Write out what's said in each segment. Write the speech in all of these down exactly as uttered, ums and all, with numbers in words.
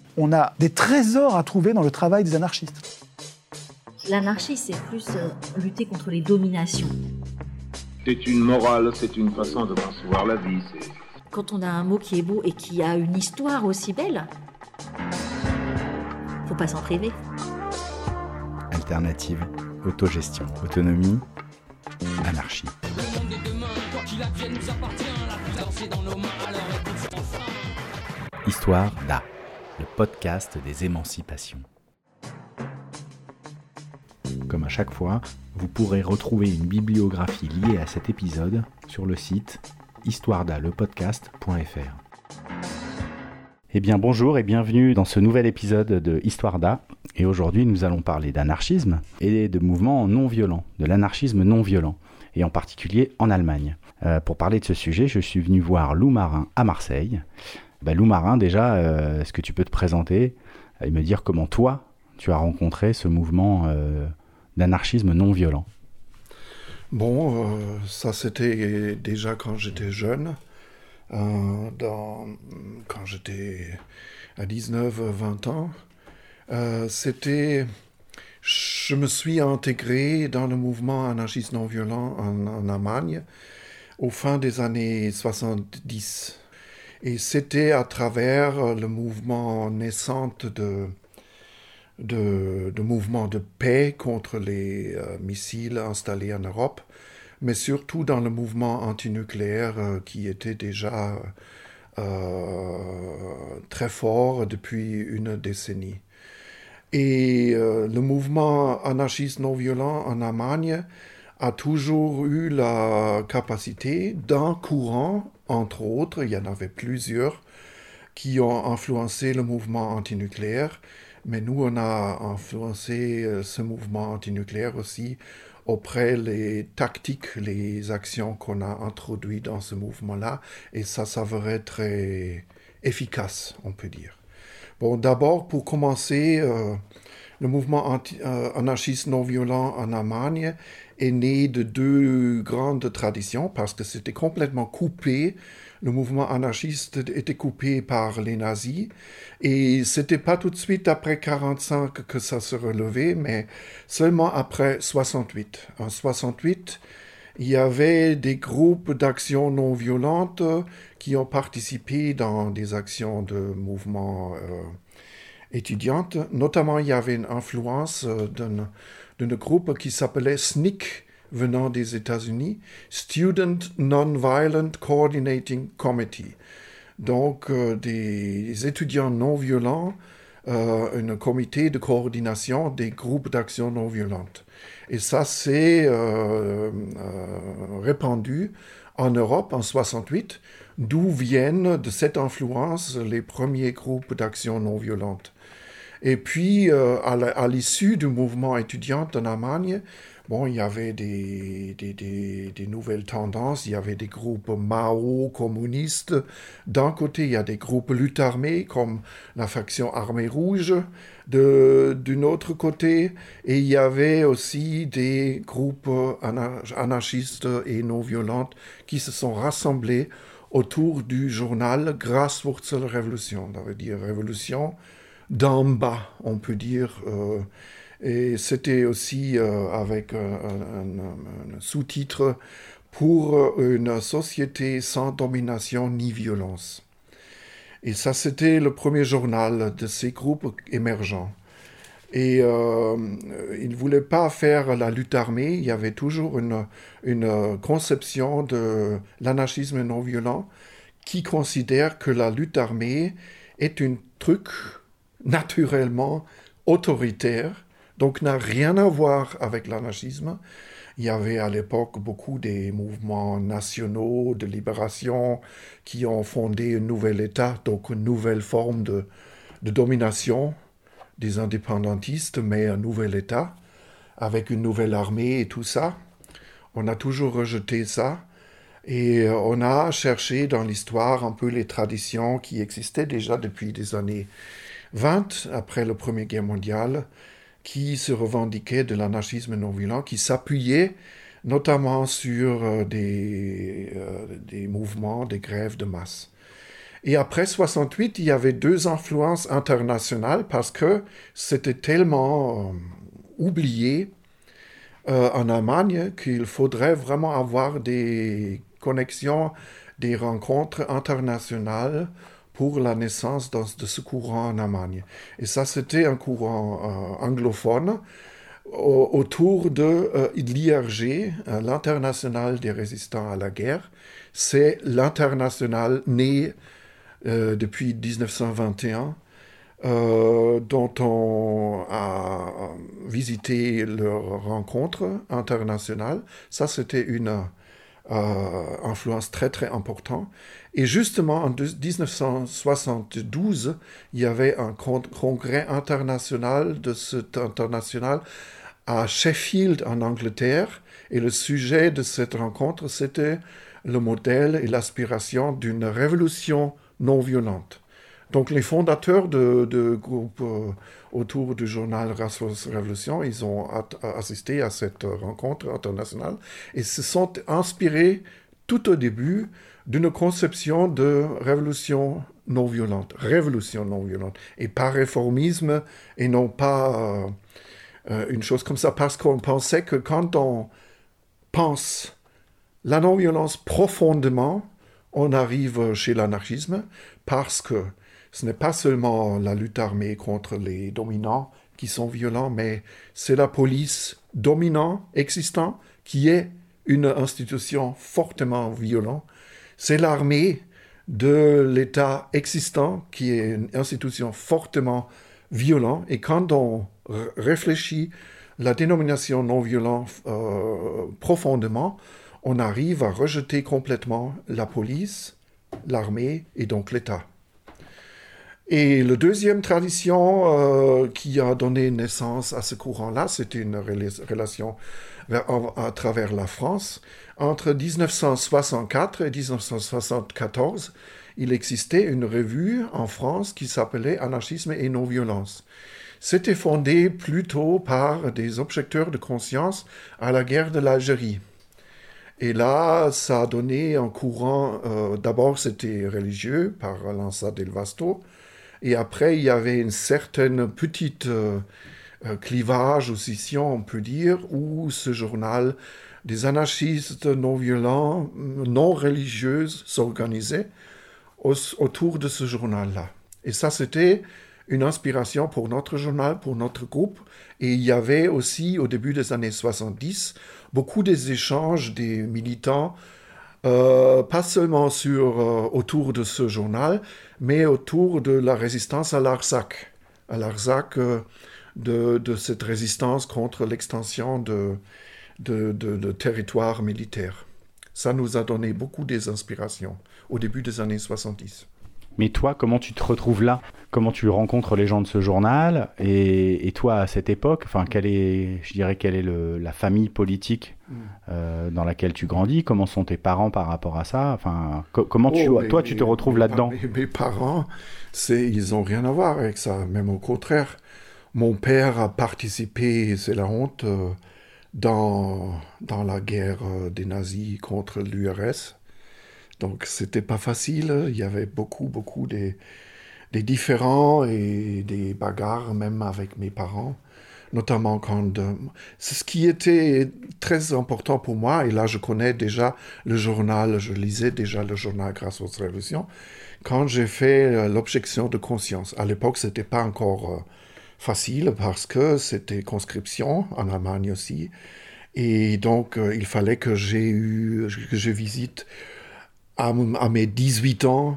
On a des trésors à trouver dans le travail des anarchistes. L'anarchie, c'est plus euh, lutter contre les dominations. C'est une morale, c'est une façon de concevoir la vie. C'est... Quand on a un mot qui est beau et qui a une histoire aussi belle, faut pas s'en priver. Alternative, autogestion, autonomie, anarchie. Histoire d'A, le podcast des émancipations. Comme à chaque fois, vous pourrez retrouver une bibliographie liée à cet épisode sur le site histoire da le podcast point f r. Eh bien bonjour et bienvenue dans ce nouvel épisode de Histoire d'A. Et aujourd'hui nous allons parler d'anarchisme et de mouvements non violents, de l'anarchisme non violent, et en particulier en Allemagne. Euh, pour parler de ce sujet, je suis venu voir Lou Marin à Marseille. Bah, Lou Marin, déjà, euh, est-ce que tu peux te présenter et me dire comment toi, tu as rencontré ce mouvement euh, d'anarchisme non violent? Bon, euh, ça c'était déjà quand j'étais jeune, euh, dans, quand j'étais à dix-neuf vingt ans. Euh, c'était, je me suis intégré dans le mouvement anarchiste non violent en, en Allemagne au fin des années soixante-dix. Et c'était à travers le mouvement naissant de, de, de mouvements de paix contre les euh, missiles installés en Europe, mais surtout dans le mouvement antinucléaire euh, qui était déjà euh, très fort depuis une décennie. Et euh, le mouvement anarchiste non violent en Allemagne a toujours eu la capacité d'un courant, entre autres, il y en avait plusieurs, qui ont influencé le mouvement antinucléaire, mais nous, on a influencé euh, ce mouvement antinucléaire aussi auprès les tactiques, les actions qu'on a introduites dans ce mouvement-là, et ça s'avérait très efficace, on peut dire. Bon, d'abord, pour commencer, euh, le mouvement anti, euh, anarchiste non violent en Allemagne est né de deux grandes traditions parce que c'était complètement coupé. Le mouvement anarchiste était coupé par les nazis et c'était pas tout de suite après quarante-cinq que ça se relevait, mais seulement après soixante-huit. En soixante-huit, il y avait des groupes d'actions non violentes qui ont participé dans des actions de mouvements euh, étudiantes. Notamment, il y avait une influence euh, d'un, d'un groupe qui s'appelait S N C C, venant des États-Unis, Student Non-Violent Coordinating Committee. Donc, euh, des, des étudiants non violents, euh, un comité de coordination des groupes d'action non violentes. Et ça s'est euh, euh, répandu en Europe en soixante-huit, d'où viennent de cette influence les premiers groupes d'action non violente. Et puis, euh, à, la, à l'issue du mouvement étudiant en Allemagne, bon, il y avait des, des, des, des nouvelles tendances, il y avait des groupes mao-communistes. D'un côté, il y a des groupes lutte armée, comme la faction Armée Rouge, de, d'un autre côté, et il y avait aussi des groupes anarchistes et non-violents qui se sont rassemblés autour du journal Graswurzelrevolution, ça veut dire révolution d'en bas, on peut dire. Euh, et c'était aussi euh, avec un, un, un sous-titre pour une société sans domination ni violence. Et ça, c'était le premier journal de ces groupes émergents. Et euh, ils ne voulaient pas faire la lutte armée, il y avait toujours une, une conception de l'anarchisme non violent qui considère que la lutte armée est un truc naturellement autoritaire, donc n'a rien à voir avec l'anarchisme. Il y avait à l'époque beaucoup des mouvements nationaux de libération qui ont fondé un nouvel État, donc une nouvelle forme de, de domination des indépendantistes, mais un nouvel État, avec une nouvelle armée et tout ça. On a toujours rejeté ça. Et on a cherché dans l'histoire un peu les traditions qui existaient déjà depuis les années vingt, après la Première Guerre mondiale, qui se revendiquaient de l'anarchisme non-violent, qui s'appuyaient notamment sur euh, des, euh, des mouvements, des grèves de masse. Et après soixante-huit, il y avait deux influences internationales parce que c'était tellement euh, oublié euh, en Allemagne qu'il faudrait vraiment avoir des connexions, des rencontres internationales pour la naissance de, de ce courant en Allemagne. Et ça, c'était un courant euh, anglophone au, autour de euh, l'I R G, euh, l'Internationale des résistants à la guerre. C'est l'international né euh, depuis dix-neuf cent vingt et un, euh, dont on a visité leur rencontre internationale. Ça, c'était une euh, influence très, très importante. Et justement, en dix-neuf cent soixante-douze, il y avait un con- congrès international de cet international à Sheffield, en Angleterre. Et le sujet de cette rencontre, c'était le modèle et l'aspiration d'une révolution non violente. Donc, les fondateurs de, de groupe euh, autour du journal Rassos Révolution, ils ont at- assisté à cette rencontre internationale et se sont inspirés tout au début d'une conception de révolution non violente, révolution non violente, et pas réformisme, et non pas euh, euh, une chose comme ça, parce qu'on pensait que quand on pense la non-violence profondément, on arrive chez l'anarchisme, parce que ce n'est pas seulement la lutte armée contre les dominants qui sont violents, mais c'est la police dominante, existante, qui est une institution fortement violente. C'est l'armée de l'État existant, qui est une institution fortement violente. Et quand on r- réfléchit la dénomination non-violent euh, profondément, on arrive à rejeter complètement la police, l'armée et donc l'État. Et la deuxième tradition euh, qui a donné naissance à ce courant-là, c'était une rela- relation vers, à, à travers la France. Entre dix-neuf cent soixante-quatre et dix-neuf cent soixante-quatorze, il existait une revue en France qui s'appelait Anarchisme et non-violence. C'était fondé plutôt par des objecteurs de conscience à la guerre de l'Algérie. Et là, ça a donné un courant, euh, d'abord c'était religieux par Lanza del Vasto, et après il y avait une certaine petite euh, euh, clivage ou scission, on peut dire, où ce journal des anarchistes non violents, non religieuses s'organisaient au, autour de ce journal-là. Et ça, c'était une inspiration pour notre journal, pour notre groupe. Et il y avait aussi, au début des années soixante-dix, beaucoup des échanges des militants, euh, pas seulement sur, euh, autour de ce journal, mais autour de la résistance à l'Artsakh, à l'Artsakh euh, de, de cette résistance contre l'extension de, de, de, de territoires militaires. Ça nous a donné beaucoup des inspirations au début des années soixante-dix. Mais toi, comment tu te retrouves là? Comment tu rencontres les gens de ce journal? Et, et toi, à cette époque, enfin, quelle est, je dirais, quelle est le, la famille politique euh, dans laquelle tu grandis? Comment sont tes parents par rapport à ça? Enfin, co- comment tu, oh, toi, mes, tu te retrouves mes, là-dedans? mes, mes parents, c'est, ils n'ont rien à voir avec ça, même au contraire. Mon père a participé, c'est la honte, euh, dans, dans la guerre euh, des nazis contre l'U R S. Donc, c'était pas facile. Il y avait beaucoup, beaucoup des, des différends et des bagarres, même avec mes parents. Notamment quand... Euh, c'est ce qui était très important pour moi. Et là, je connais déjà le journal, je lisais déjà le journal grâce aux révolutions. Quand j'ai fait euh, l'objection de conscience. À l'époque, c'était pas encore euh, facile parce que c'était conscription, en Allemagne aussi. Et donc, euh, il fallait que j'ai eu, que je visite à, à mes dix-huit ans,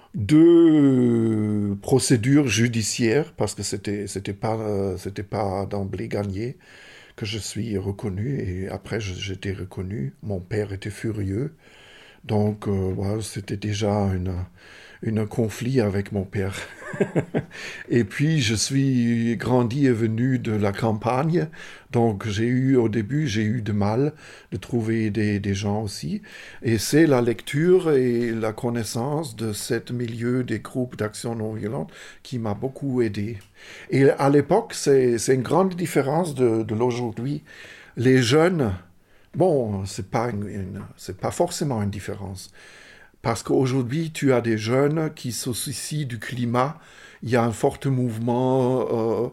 deux procédures judiciaires, parce que c'était, c'était pas, euh, c'était pas d'emblée gagné, que je suis reconnu, et après je, j'étais reconnu. Mon père était furieux, donc euh, ouais, c'était déjà une, une conflit avec mon père. Et puis je suis grandi et venu de la campagne, donc j'ai eu au début j'ai eu de mal de trouver des, des gens aussi, et c'est la lecture et la connaissance de ce milieu des groupes d'action non violente qui m'a beaucoup aidé. Et à l'époque c'est, c'est une grande différence de, de l'aujourd'hui. Les jeunes, bon, c'est pas une, une, c'est pas forcément une différence. Parce qu'aujourd'hui, tu as des jeunes qui se soucient du climat. Il y a un fort mouvement euh,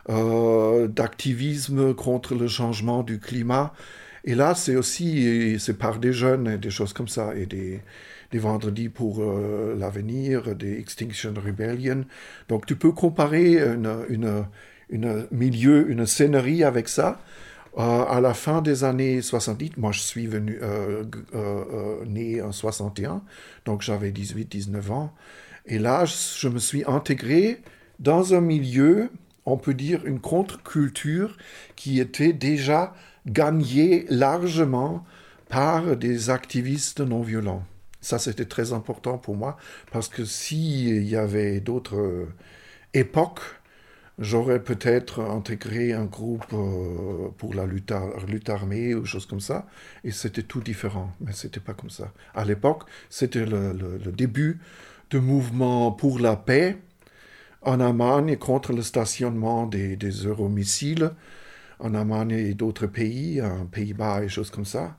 euh, d'activisme contre le changement du climat. Et là, c'est aussi, c'est par des jeunes et des choses comme ça, et des, des vendredis pour euh, l'avenir, des Extinction Rebellion. Donc, tu peux comparer une, une, une milieu, une scénario avec ça. Euh, à la fin des années soixante-dix, moi je suis venu, euh, euh, euh, né en soixante et un, donc j'avais dix-huit dix-neuf ans. Et là, je, je me suis intégré dans un milieu, on peut dire une contre-culture qui était déjà gagnée largement par des activistes non violents. Ça, c'était très important pour moi, parce que s'il y avait d'autres euh, époques, j'aurais peut-être intégré un groupe euh, pour la lutte, lutte armée ou choses comme ça, et c'était tout différent, mais c'était pas comme ça. À l'époque, c'était le, le, le début du mouvement pour la paix en Allemagne contre le stationnement des, des euromissiles en Allemagne et d'autres pays, en Pays-Bas et choses comme ça.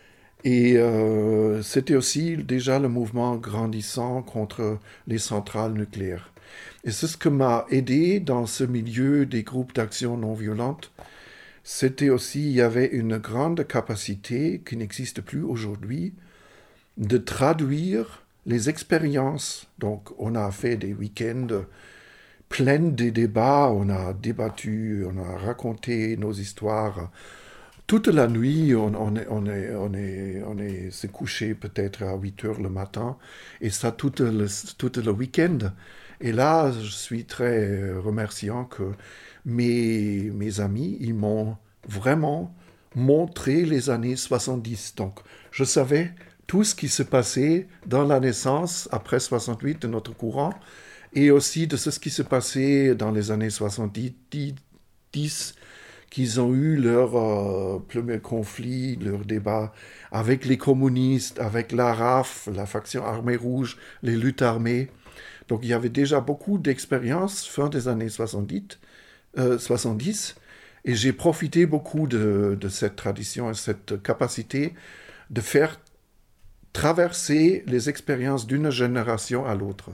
Et euh, c'était aussi déjà le mouvement grandissant contre les centrales nucléaires. Et c'est ce qui m'a aidé dans ce milieu des groupes d'action non violente. C'était aussi, il y avait une grande capacité qui n'existe plus aujourd'hui de traduire les expériences. Donc, on a fait des week-ends pleins de débats, on a débattu, on a raconté nos histoires. Toute la nuit, on, on, est, on, est, on, est, on est, s'est couché peut-être à huit heures le matin, et ça tout le, tout le week-end. Et là, je suis très remerciant que mes, mes amis, ils m'ont vraiment montré les années soixante-dix. Donc, je savais tout ce qui se passait dans la naissance, après soixante-huit, de notre courant, et aussi de ce qui se passait dans les années soixante-dix, qu'ils ont eu leur euh, premier conflit, leur débat avec les communistes, avec la R A F, la faction armée rouge, les luttes armées. Donc, il y avait déjà beaucoup d'expérience fin des années soixante-dix, euh, soixante-dix, et j'ai profité beaucoup de, de cette tradition et cette capacité de faire traverser les expériences d'une génération à l'autre.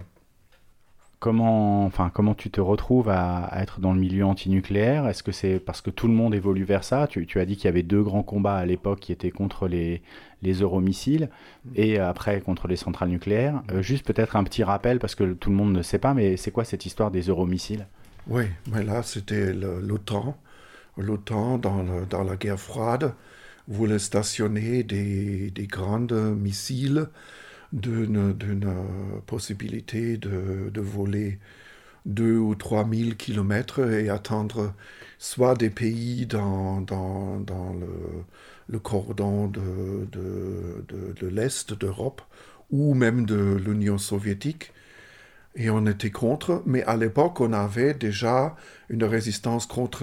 Comment, enfin, comment tu te retrouves à, à être dans le milieu antinucléaire ? Est-ce que c'est parce que tout le monde évolue vers ça ? tu, tu as dit qu'il y avait deux grands combats à l'époque qui étaient contre les, les euromissiles et après contre les centrales nucléaires. Euh, juste peut-être un petit rappel, parce que tout le monde ne sait pas, mais c'est quoi cette histoire des euromissiles ? Oui, mais là, c'était le, l'OTAN. L'OTAN, dans, le, dans la guerre froide, voulait stationner des, des grands missiles d'une, d'une possibilité de, de voler deux ou trois mille kilomètres et atteindre soit des pays dans, dans, dans le, le cordon de, de, de, de l'Est d'Europe ou même de l'Union soviétique. Et on était contre, mais à l'époque, on avait déjà une résistance contre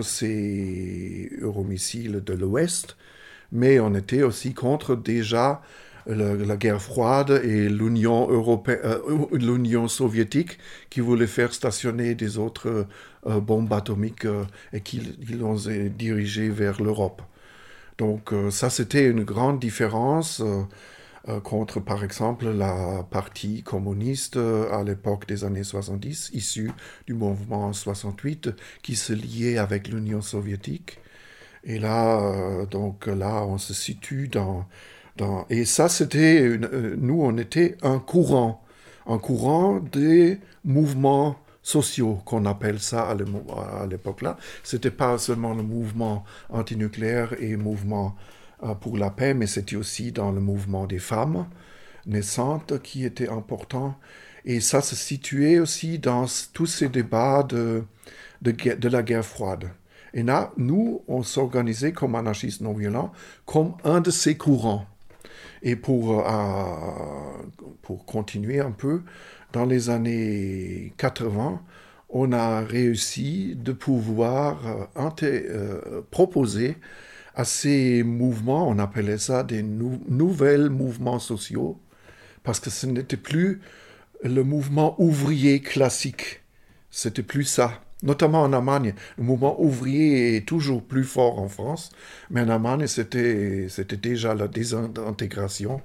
ces euromissiles de l'Ouest, mais on était aussi contre déjà Le, la guerre froide et l'Union européenne, euh, l'Union soviétique qui voulait faire stationner des autres euh, bombes atomiques euh, et qui, qui l'ont dirigé vers l'Europe. Donc euh, ça, c'était une grande différence euh, euh, contre, par exemple, la partie communiste euh, à l'époque des années soixante-dix, issue du mouvement soixante-huit, qui se liait avec l'Union soviétique. Et là, euh, donc là, on se situe dans Dans, et ça, c'était, une, euh, nous, on était un courant, un courant des mouvements sociaux, qu'on appelle ça à, à l'époque là. C'était pas seulement le mouvement antinucléaire et mouvement euh, pour la paix, mais c'était aussi dans le mouvement des femmes naissantes qui était important. Et ça se situait aussi dans tous ces débats de, de, de la guerre froide. Et là, nous, on s'organisait comme anarchistes non violents, comme un de ces courants. Et pour, euh, pour continuer un peu, dans les années quatre-vingts, on a réussi de pouvoir euh, inté- euh, proposer à ces mouvements, on appelait ça des nou- nouvelles mouvements sociaux, parce que ce n'était plus le mouvement ouvrier classique, c'était plus ça. Notamment en Allemagne, le mouvement ouvrier est toujours plus fort en France, mais en Allemagne, c'était, c'était déjà la désintégration.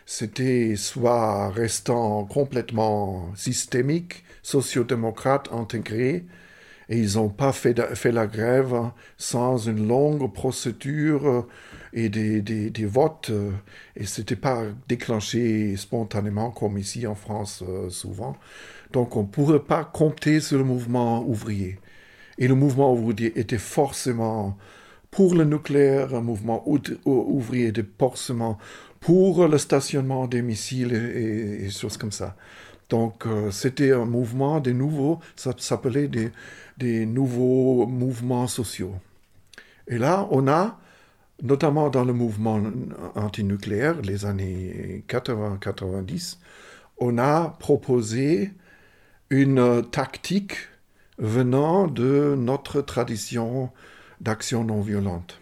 c'était soit restant complètement systémique, sociodémocrate intégré, et ils n'ont pas fait, de, fait la grève sans une longue procédure et des, des, des votes, et ce n'était pas déclenché spontanément comme ici en France euh, souvent. Donc on ne pourrait pas compter sur le mouvement ouvrier. Et le mouvement ouvrier était forcément pour le nucléaire, un mouvement ouvrier était forcément pour le stationnement des missiles et, et, et choses comme ça. Donc euh, c'était un mouvement des nouveaux, ça s'appelait des, des nouveaux mouvements sociaux. Et là, on a, notamment dans le mouvement antinucléaire, les années quatre-vingts quatre-vingt-dix, on a proposé une tactique venant de notre tradition d'action non violente.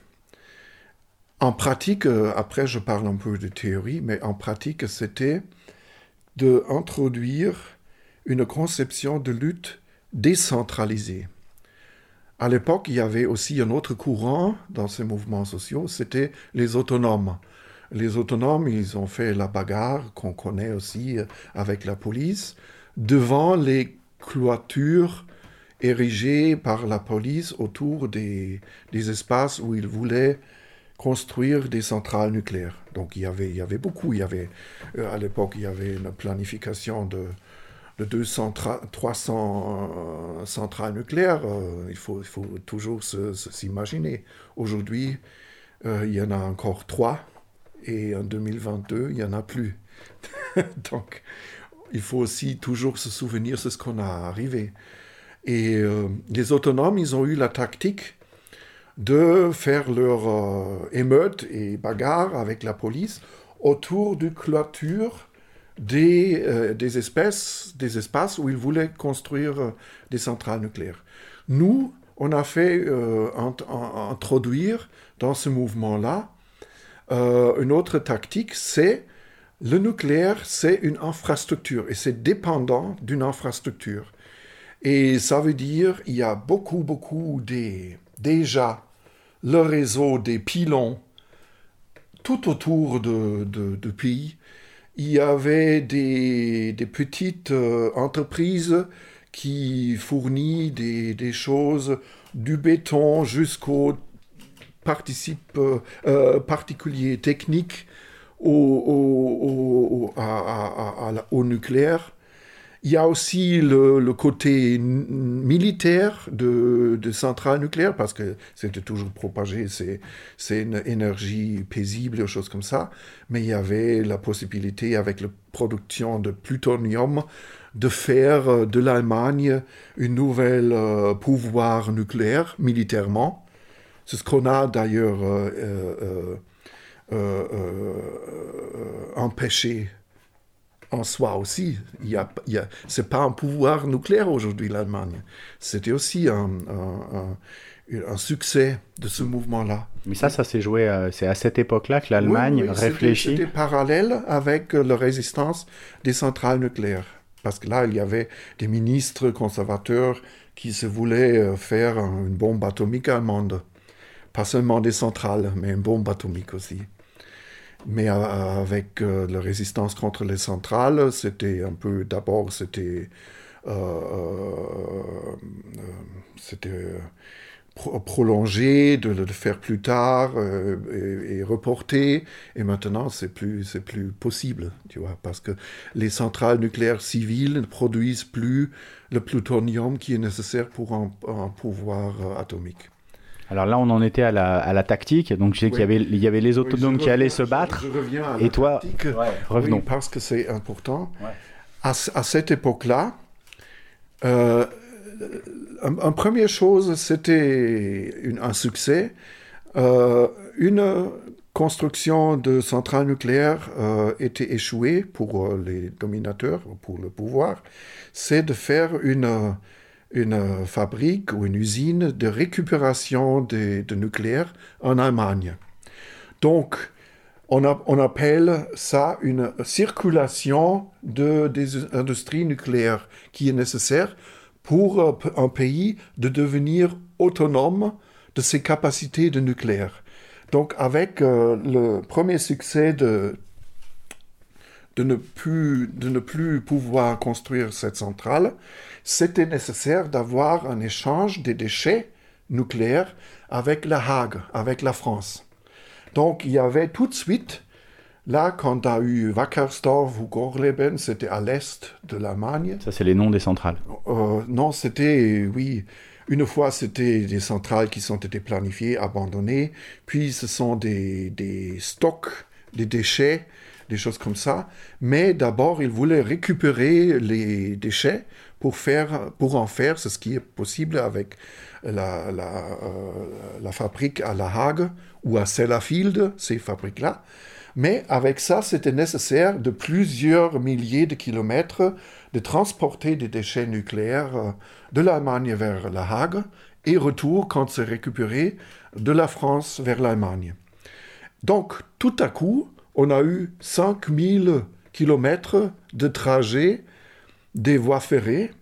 En pratique, après je parle un peu de théorie, mais en pratique, c'était d'introduire une conception de lutte décentralisée. À l'époque, il y avait aussi un autre courant dans ces mouvements sociaux, c'était les autonomes. Les autonomes, ils ont fait la bagarre qu'on connaît aussi avec la police, devant les clôtures érigées par la police autour des, des espaces où ils voulaient construire des centrales nucléaires. Donc il y avait, il y avait beaucoup. Il y avait, euh, à l'époque, il y avait une planification de, de deux cents, trois cents euh, centrales nucléaires. Euh, il, faut, il faut toujours se, se, s'imaginer. Aujourd'hui, euh, il y en a encore trois. Et en deux mille vingt-deux, il n'y en a plus. Donc, il faut aussi toujours se souvenir de ce qu'on a arrivé. Et euh, les autonomes, ils ont eu la tactique de faire leur euh, émeute et bagarre avec la police autour de clôtures des, euh, des, espèces, des espaces où ils voulaient construire euh, des centrales nucléaires. Nous, on a fait euh, int- introduire dans ce mouvement-là euh, une autre tactique, c'est le nucléaire, c'est une infrastructure et c'est dépendant d'une infrastructure. Et ça veut dire qu'il y a beaucoup, beaucoup des, déjà le réseau des pylônes tout autour de, de, de pays. Il y avait des, des petites euh, entreprises qui fournissent des, des choses, du béton jusqu'aux participe, euh, particuliers techniques au, au, au, à, à, à, au nucléaire. Il y a aussi le, le côté n- militaire de, de centrales nucléaires, parce que c'était toujours propagé, c'est, c'est une énergie paisible, des choses comme ça. Mais il y avait la possibilité, avec la production de plutonium, de faire de l'Allemagne une nouvelle euh, pouvoir nucléaire, militairement. C'est ce qu'on a d'ailleurs euh, euh, euh, euh, empêché en soi aussi. Il y a, il y a, c'est pas un pouvoir nucléaire aujourd'hui, l'Allemagne. C'était aussi un, un, un, un succès de ce mouvement-là. Mais ça, ça s'est joué, euh, c'est à cette époque-là que l'Allemagne oui, oui, réfléchit. C'était, c'était parallèle avec la résistance des centrales nucléaires. Parce que là, il y avait des ministres conservateurs qui se voulaient faire une bombe atomique allemande. Pas seulement des centrales, mais une bombe atomique aussi. Mais euh, avec euh, la résistance contre les centrales, c'était un peu... D'abord, c'était... Euh, euh, c'était pro- prolongé, de le faire plus tard euh, et, et reporté. Et maintenant, c'est plus, c'est plus possible, tu vois, parce que les centrales nucléaires civiles ne produisent plus le plutonium qui est nécessaire pour un, un pouvoir euh, atomique. Alors là, on en était à la, à la tactique. Donc, je sais oui. qu'il y avait, il y avait les autonomes oui, qui reviens, allaient se battre. Je, je reviens à et la toi, tactique. Ouais, revenons. Oui, parce que c'est important. Ouais. À, à cette époque-là, euh, une un première chose, c'était une, un succès. Euh, une construction de centrales nucléaires euh, était échouée pour euh, les dominateurs, pour le pouvoir. C'est de faire une... une fabrique ou une usine de récupération de, de nucléaire en Allemagne. Donc, on, a, on appelle ça une circulation de, des industries nucléaires qui est nécessaire pour un pays de devenir autonome de ses capacités de nucléaire. Donc, avec euh, le premier succès de de ne plus, de ne plus pouvoir construire cette centrale, c'était nécessaire d'avoir un échange des déchets nucléaires avec La Hague, avec la France. Donc il y avait tout de suite, là, quand on a eu Wackersdorf ou Gorleben, c'était à l'est de l'Allemagne. Ça, c'est les noms des centrales. Euh, non, c'était, oui, une fois, c'était des centrales qui ont été planifiées, abandonnées, puis ce sont des, des stocks, des déchets, des choses comme ça. Mais d'abord, ils voulaient récupérer les déchets pour, faire, pour en faire ce qui est possible avec la, la, euh, la fabrique à La Hague ou à Sellafield, ces fabriques-là. Mais avec ça, c'était nécessaire de plusieurs milliers de kilomètres de transporter des déchets nucléaires de l'Allemagne vers La Hague et retour, quand c'est récupéré, de la France vers l'Allemagne. Donc, tout à coup, on a eu cinq mille kilomètres de trajet des voies ferrées,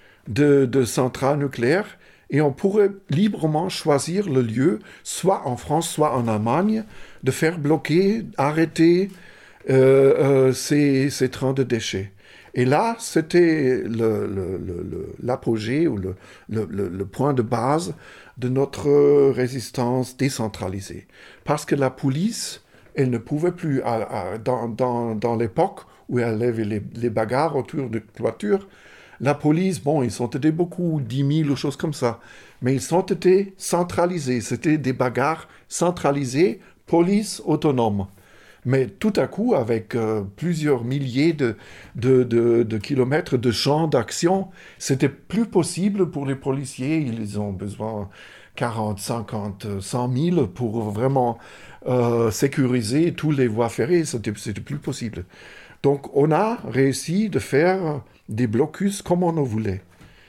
de, de centrales nucléaires, et on pourrait librement choisir le lieu, soit en France, soit en Allemagne, de faire bloquer, arrêter euh, euh, ces, ces trains de déchets. Et là, c'était le, le, le, l'apogée ou le, le, le point de base de notre résistance décentralisée. Parce que la police, elle ne pouvait plus, à, à, dans, dans, dans l'époque où elle avait les, les bagarres autour de clôtures, la police, bon, ils ont été beaucoup, dix mille ou choses comme ça, mais ils ont été centralisés. C'était des bagarres centralisées, police autonome. Mais tout à coup, avec euh, plusieurs milliers de, de, de, de kilomètres de champs d'action, c'était plus possible pour les policiers. Ils ont besoin quarante, cinquante, cent mille pour vraiment euh, sécuriser tous les voies ferrées. C'était, c'était plus possible. Donc, on a réussi de faire des blocus comme on en voulait.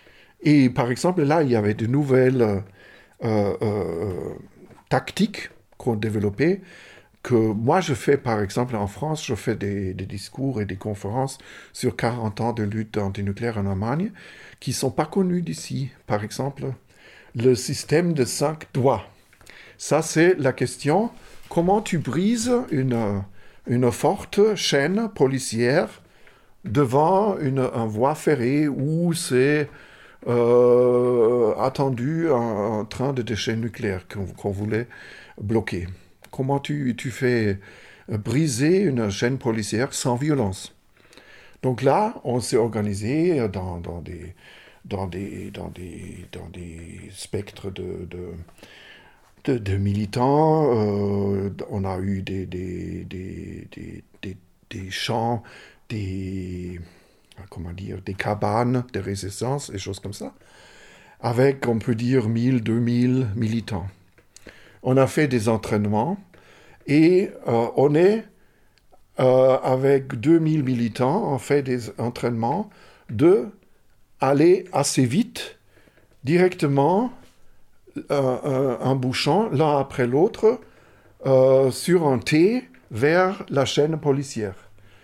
Et par exemple, là, il y avait de nouvelles euh, euh, tactiques qu'on développait, que moi je fais, par exemple, en France, je fais des, des discours et des conférences sur quarante ans de lutte antinucléaire en Allemagne, qui ne sont pas connus d'ici. Par exemple, le système de cinq doigts. Ça, c'est la question, comment tu brises une, une forte chaîne policière devant une, un voie ferrée où c'est euh, attendu un, un train de déchets nucléaires qu'on, qu'on voulait bloquer. Comment tu, tu fais briser une chaîne policière sans violence? Donc là, on s'est organisé dans, dans, des, dans, des, dans, des, dans des spectres de, de, de, de militants. Euh, on a eu des, des, des, des, des, des champs, des, comment dire, des cabanes de résistance, et choses comme ça, avec, on peut dire, mille, deux mille militants. On a fait des entraînements et euh, on est, euh, avec deux mille militants, on fait des entraînements de aller assez vite, directement, euh, euh, un bouchon, l'un après l'autre, euh, sur un T vers la chaîne policière.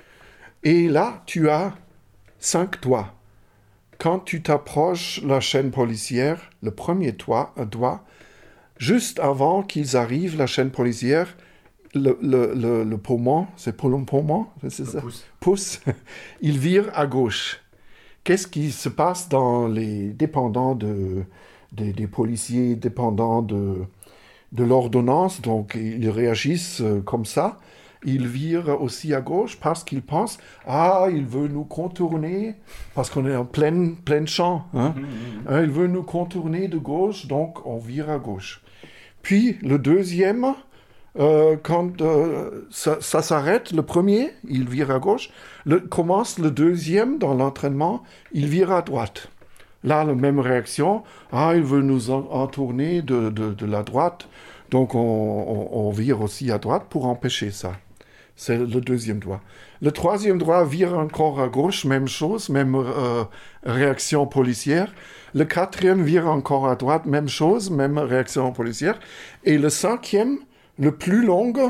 Et là, tu as cinq doigts. Quand tu t'approches la chaîne policière, le premier doigt, doigt juste avant qu'ils arrivent, la chaîne policière, le, le, le, le poumon, c'est pour le poumon, c'est ça? Pouce. Pouce, il vire à gauche. Qu'est-ce qui se passe dans les dépendants de, des, des policiers dépendants de, de l'ordonnance? Donc, ils réagissent comme ça. Ils virent aussi à gauche parce qu'ils pensent « Ah, il veut nous contourner, parce qu'on est en plein, plein champ. Hein? Mmh, mmh. Hein, il veut nous contourner de gauche, donc on vire à gauche. » Puis le deuxième, euh, quand euh, ça, ça s'arrête, le premier, il vire à gauche. Le, commence le deuxième dans l'entraînement, il vire à droite. Là, la même réaction. Ah, il veut nous en, entourner de, de, de la droite, donc on, on, on vire aussi à droite pour empêcher ça. C'est le deuxième doigt. Le troisième doigt vire encore à gauche, même chose, même euh, réaction policière. Le quatrième vire encore à droite, même chose, même réaction policière. Et le cinquième, le plus long,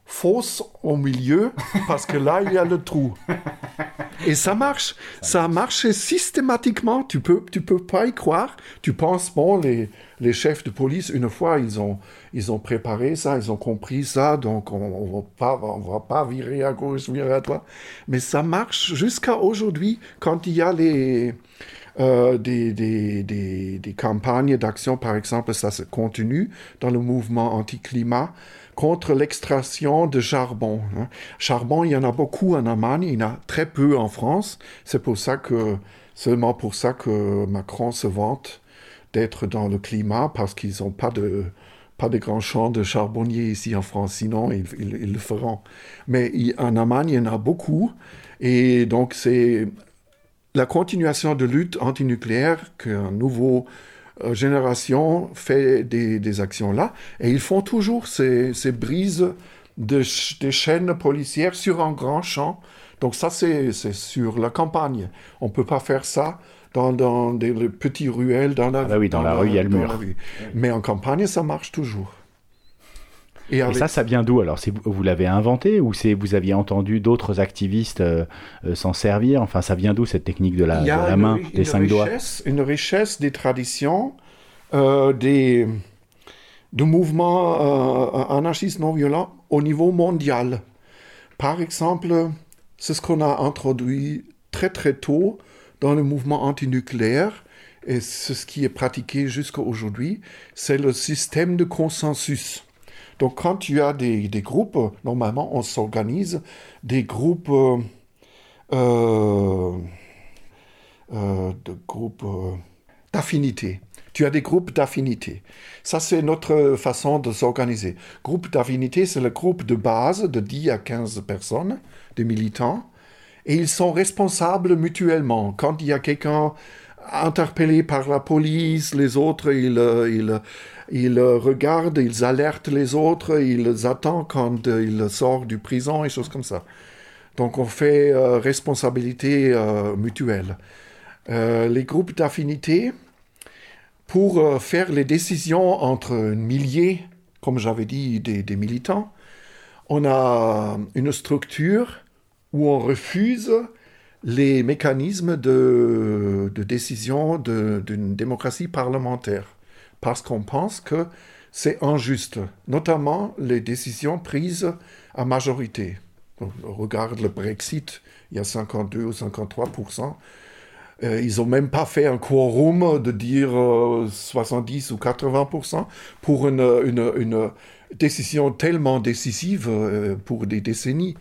fausse au milieu, parce que là, il y a le trou. Et ça marche. Ça a marché systématiquement. Tu peux, tu peux pas y croire. Tu penses, bon, les, les chefs de police, une fois, ils ont, ils ont préparé ça, ils ont compris ça, donc on ne va pas, on va pas virer à gauche, virer à droite. Mais ça marche jusqu'à aujourd'hui, quand il y a les... Euh, des, des, des, des campagnes d'action, par exemple, ça se continue dans le mouvement anti-climat contre l'extraction de charbon. Hein. Charbon, il y en a beaucoup en Allemagne, il y en a très peu en France. C'est pour ça que, seulement pour ça que Macron se vante d'être dans le climat, parce qu'ils n'ont pas de, pas de grands champs de charbonniers ici en France, sinon ils, ils, ils le feront. Mais il, en Allemagne, il y en a beaucoup, et donc c'est... la continuation de lutte antinucléaire qu'une nouvelle euh, génération fait des, des actions là, et ils font toujours ces, ces brises de ch- des chaînes policières sur un grand champ. Donc ça, c'est, c'est sur la campagne. On ne peut pas faire ça dans, dans des les petits ruelles, dans la, ah bah oui, dans, dans la, la rue, il y a le mur. Mais en campagne, ça marche toujours. Et, avec... et ça, ça vient d'où alors? C'est, vous l'avez inventé ou c'est, vous aviez entendu d'autres activistes euh, euh, s'en servir? Enfin, ça vient d'où cette technique de la, de la main, une, des une cinq richesse, doigts? Une richesse des traditions, euh, des, de mouvements euh, anarchistes non violents au niveau mondial. Par exemple, c'est ce qu'on a introduit très très tôt dans le mouvement antinucléaire, et c'est ce qui est pratiqué jusqu'à aujourd'hui, c'est le système de consensus. Donc, quand tu as des, des groupes, normalement, on s'organise des groupes, euh, euh, euh, de groupes euh, d'affinité. Tu as des groupes d'affinité. Ça, c'est notre façon de s'organiser. Groupe d'affinité, c'est le groupe de base de dix à quinze personnes, des militants, et ils sont responsables mutuellement. Quand il y a quelqu'un interpellé par la police, les autres, ils... ils Ils regardent, ils alertent les autres, ils attendent quand ils sortent du prison et choses comme ça. Donc on fait euh, responsabilité euh, mutuelle. Euh, les groupes d'affinité, pour euh, faire les décisions entre un millier, comme j'avais dit, des, des militants, on a une structure où on refuse les mécanismes de, de décision de, d'une démocratie parlementaire. Parce qu'on pense que c'est injuste, notamment les décisions prises à majorité. On regarde le Brexit, il y a cinquante-deux ou cinquante-trois pour cent. Euh, ils n'ont même pas fait un quorum de dire euh, soixante-dix ou quatre-vingts pour cent pour une, une, une décision tellement décisive euh, pour des décennies.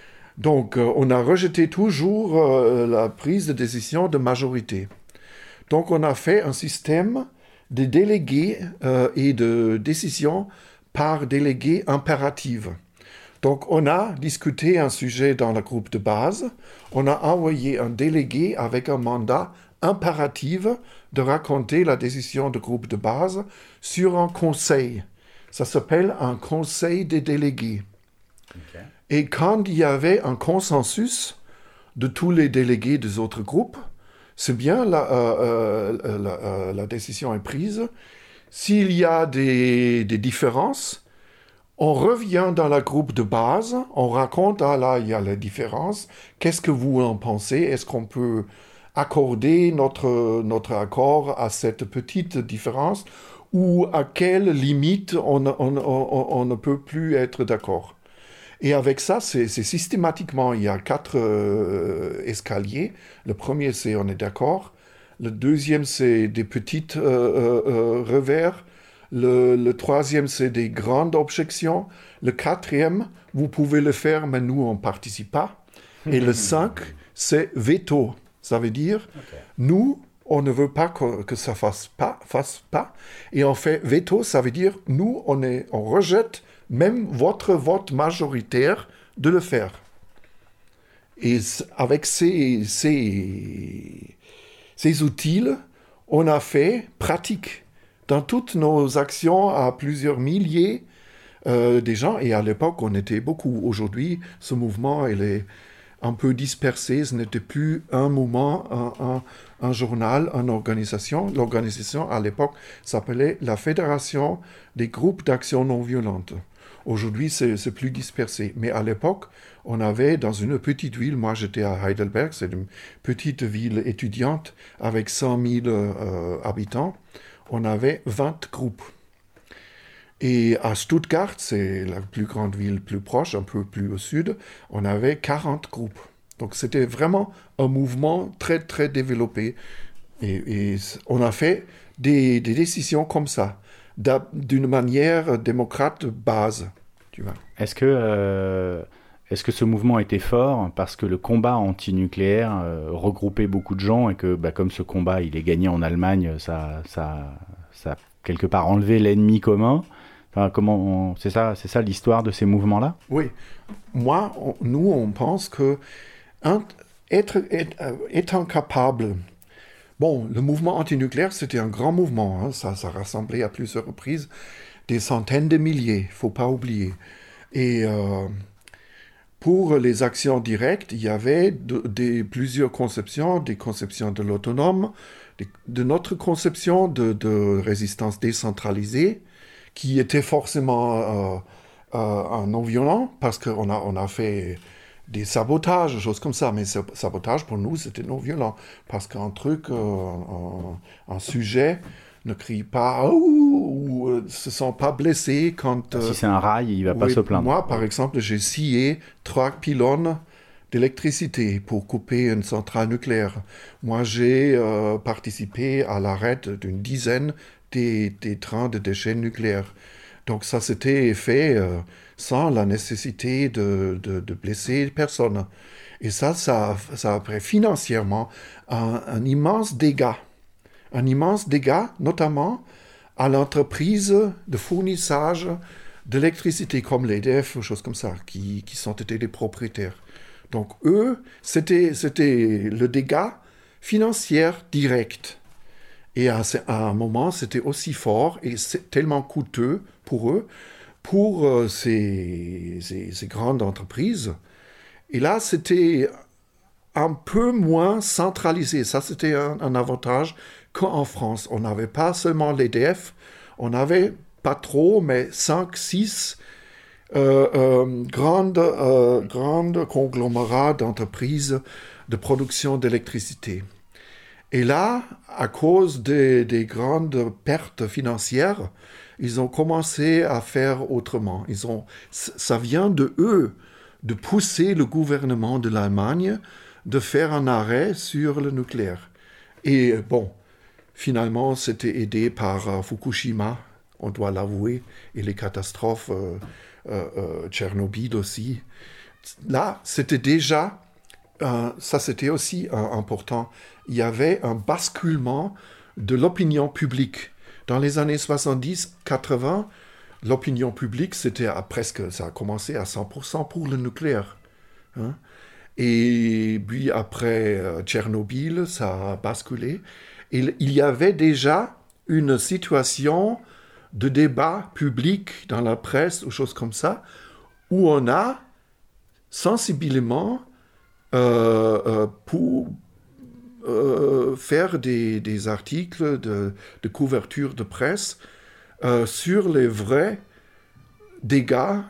Donc, euh, on a rejeté toujours euh, la prise de décision de majorité. Donc, on a fait un système de délégués euh, et de décisions par délégués impératives. Donc, on a discuté un sujet dans le groupe de base, on a envoyé un délégué avec un mandat impératif de raconter la décision du groupe de base sur un conseil. Ça s'appelle un conseil des délégués. Okay. Et quand il y avait un consensus de tous les délégués des autres groupes, c'est bien, la, euh, euh, la, euh, la décision est prise. S'il y a des, des différences, on revient dans le groupe de base, on raconte, ah là, il y a la différence, qu'est-ce que vous en pensez? Est-ce qu'on peut accorder notre, notre accord à cette petite différence ou à quelle limite on, on, on, on ne peut plus être d'accord? Et avec ça, c'est, c'est systématiquement, il y a quatre euh, escaliers. Le premier, c'est on est d'accord. Le deuxième, c'est des petites euh, euh, revers. Le, le troisième, c'est des grandes objections. Le quatrième, vous pouvez le faire, mais nous, on ne participe pas. Et le cinq, c'est veto. Ça veut dire, okay. Nous, on ne veut pas que, que ça fasse pas, fasse pas. Et on fait veto, ça veut dire, nous, on, est, on rejette même votre vote majoritaire de le faire. Et avec ces, ces, ces outils, on a fait pratique dans toutes nos actions à plusieurs milliers euh, de gens. Et à l'époque, on était beaucoup. Aujourd'hui, ce mouvement, il est un peu dispersé. Ce n'était plus un mouvement, un, un, un journal, une organisation. L'organisation, à l'époque, s'appelait la Fédération des groupes d'action non violente. Aujourd'hui, c'est, c'est plus dispersé. Mais à l'époque, on avait dans une petite ville, moi j'étais à Heidelberg, c'est une petite ville étudiante avec cent mille euh, habitants, on avait vingt groupes. Et à Stuttgart, c'est la plus grande ville plus proche, un peu plus au sud, on avait quarante groupes. Donc c'était vraiment un mouvement très très développé. Et, et on a fait des, des décisions comme ça, d'une manière démocrate de base. Tu vois. Est-ce que, euh, est-ce que ce mouvement était fort parce que le combat anti-nucléaire euh, regroupait beaucoup de gens et que bah, comme ce combat il est gagné en Allemagne, ça, ça, ça a quelque part enlevé l'ennemi commun. Enfin, comment on... c'est ça, c'est ça l'histoire de ces mouvements-là ? Oui. Moi, on, nous, on pense que un, être, être, étant capable... Bon, le mouvement antinucléaire, c'était un grand mouvement. Hein, ça, ça rassemblait à plusieurs reprises des centaines de milliers, il ne faut pas oublier. Et euh, pour les actions directes, il y avait de, de, plusieurs conceptions, des conceptions de l'autonome, de, de notre conception de, de résistance décentralisée, qui était forcément euh, euh, non-violent, parce qu'on a, on a fait des sabotages, des choses comme ça, mais ce sabotage, pour nous, c'était non-violent, parce qu'un truc, euh, un, un sujet ne crie pas ou, ou ne se sent pas blessé quand... Euh, si c'est un rail, il ne va oui, pas se plaindre. Moi, par exemple, j'ai scié trois pylônes d'électricité pour couper une centrale nucléaire. Moi, j'ai euh, participé à l'arrêt d'une dizaine des, des trains de déchets nucléaires. Donc ça, c'était fait euh, sans la nécessité de, de, de blesser personne. Et ça, ça, ça a fait financièrement un, un immense dégât. Un immense dégât, notamment à l'entreprise de fournissage d'électricité, comme l'E D F, ou choses comme ça, qui, qui sont été les propriétaires. Donc eux, c'était, c'était le dégât financier direct. Et à, à un moment, c'était aussi fort et c'est tellement coûteux pour eux, pour euh, ces, ces, ces grandes entreprises. Et là, c'était un peu moins centralisé. Ça, c'était un, un avantage qu'en France. On n'avait pas seulement l'E D F, on avait pas trop, mais cinq, six euh, euh, grandes, euh, grandes conglomérats d'entreprises de production d'électricité. Et là, à cause des, des grandes pertes financières, ils ont commencé à faire autrement. Ils ont, ça vient de eux, de pousser le gouvernement de l'Allemagne de faire un arrêt sur le nucléaire. Et bon, finalement, c'était aidé par euh, Fukushima, on doit l'avouer, et les catastrophes euh, euh, euh, Tchernobyl aussi. Là, c'était déjà, euh, ça c'était aussi euh, important, il y avait un basculement de l'opinion publique. Dans les années soixante-dix quatre-vingts, l'opinion publique, c'était à presque, ça a commencé à cent pour cent pour le nucléaire. Hein? Et puis après euh, Tchernobyl, ça a basculé. Et il y avait déjà une situation de débat public dans la presse ou choses comme ça, où on a sensiblement euh, euh, pour euh, faire des, des articles de, de couverture de presse euh, sur les vrais dégâts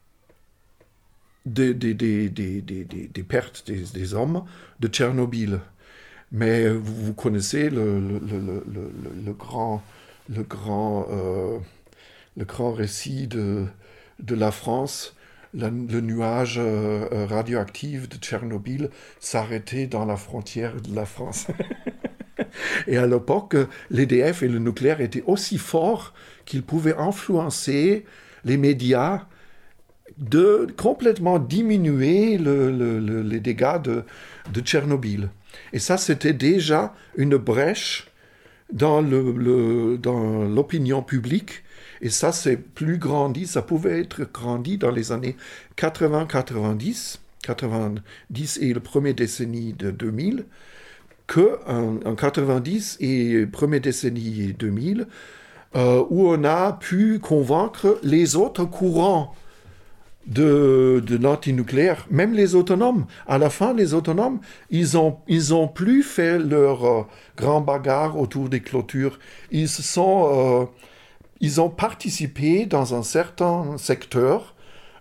des, des, des, des, des, des pertes des, des hommes de Tchernobyl. Mais vous, vous connaissez le, le, le, le, le, le grand, le, grand, euh, le grand récit de, de la France. Le, le nuage euh, radioactif de Tchernobyl s'arrêtait dans la frontière de la France. Et à l'époque, l'E D F et le nucléaire étaient aussi forts qu'ils pouvaient influencer les médias de complètement diminuer le, le, le, les dégâts de, de Tchernobyl. Et ça, c'était déjà une brèche dans, le, le, dans l'opinion publique. Et ça, c'est plus grandi, ça pouvait être grandi dans les années quatre-vingts quatre-vingt-dix, quatre-vingt-dix et la première décennie de deux mille, qu'en en quatre-vingt-dix et première décennie deux mille, euh, où on a pu convaincre les autres courants de, de l'antinucléaire, même les autonomes. À la fin, les autonomes, ils ont, ils ont plus fait leur euh, grand bagarre autour des clôtures. Ils se sont, euh, ils ont participé dans un certain secteur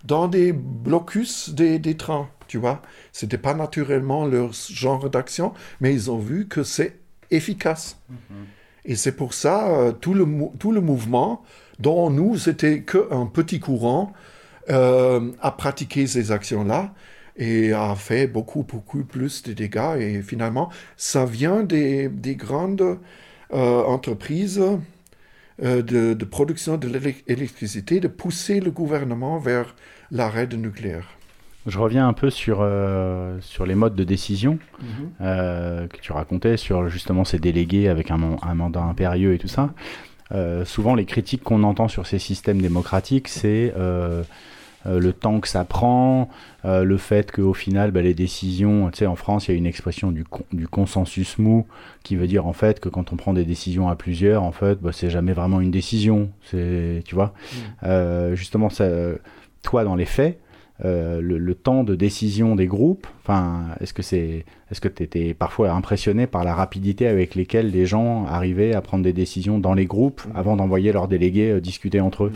dans des blocus des, des trains, tu vois. Ce n'était pas naturellement leur genre d'action, mais ils ont vu que c'est efficace. Mm-hmm. Et c'est pour ça, euh, tout, le, tout le mouvement, dont nous, c'était qu'un petit courant, euh, a pratiqué ces actions-là et a fait beaucoup, beaucoup plus de dégâts. Et finalement, ça vient des, des grandes euh, entreprises euh, de, de production de l'électricité, de pousser le gouvernement vers l'arrêt du nucléaire. Je reviens un peu sur, euh, sur les modes de décision mm-hmm. euh, que tu racontais, sur justement ces délégués avec un, un mandat impérieux et tout ça. Euh, souvent, les critiques qu'on entend sur ces systèmes démocratiques, c'est euh, euh, le temps que ça prend, euh, le fait qu'au final, bah, les décisions... Tu sais, en France, il y a une expression du, con, du consensus mou qui veut dire en fait que quand on prend des décisions à plusieurs, en fait, bah, c'est jamais vraiment une décision. C'est, tu vois mm. euh, justement, ça, toi, dans les faits, Euh, le, le temps de décision des groupes, enfin, est-ce que c'est, est-ce que tu étais parfois impressionné par la rapidité avec lesquelles les gens arrivaient à prendre des décisions dans les groupes avant d'envoyer leurs délégués euh, discuter entre eux?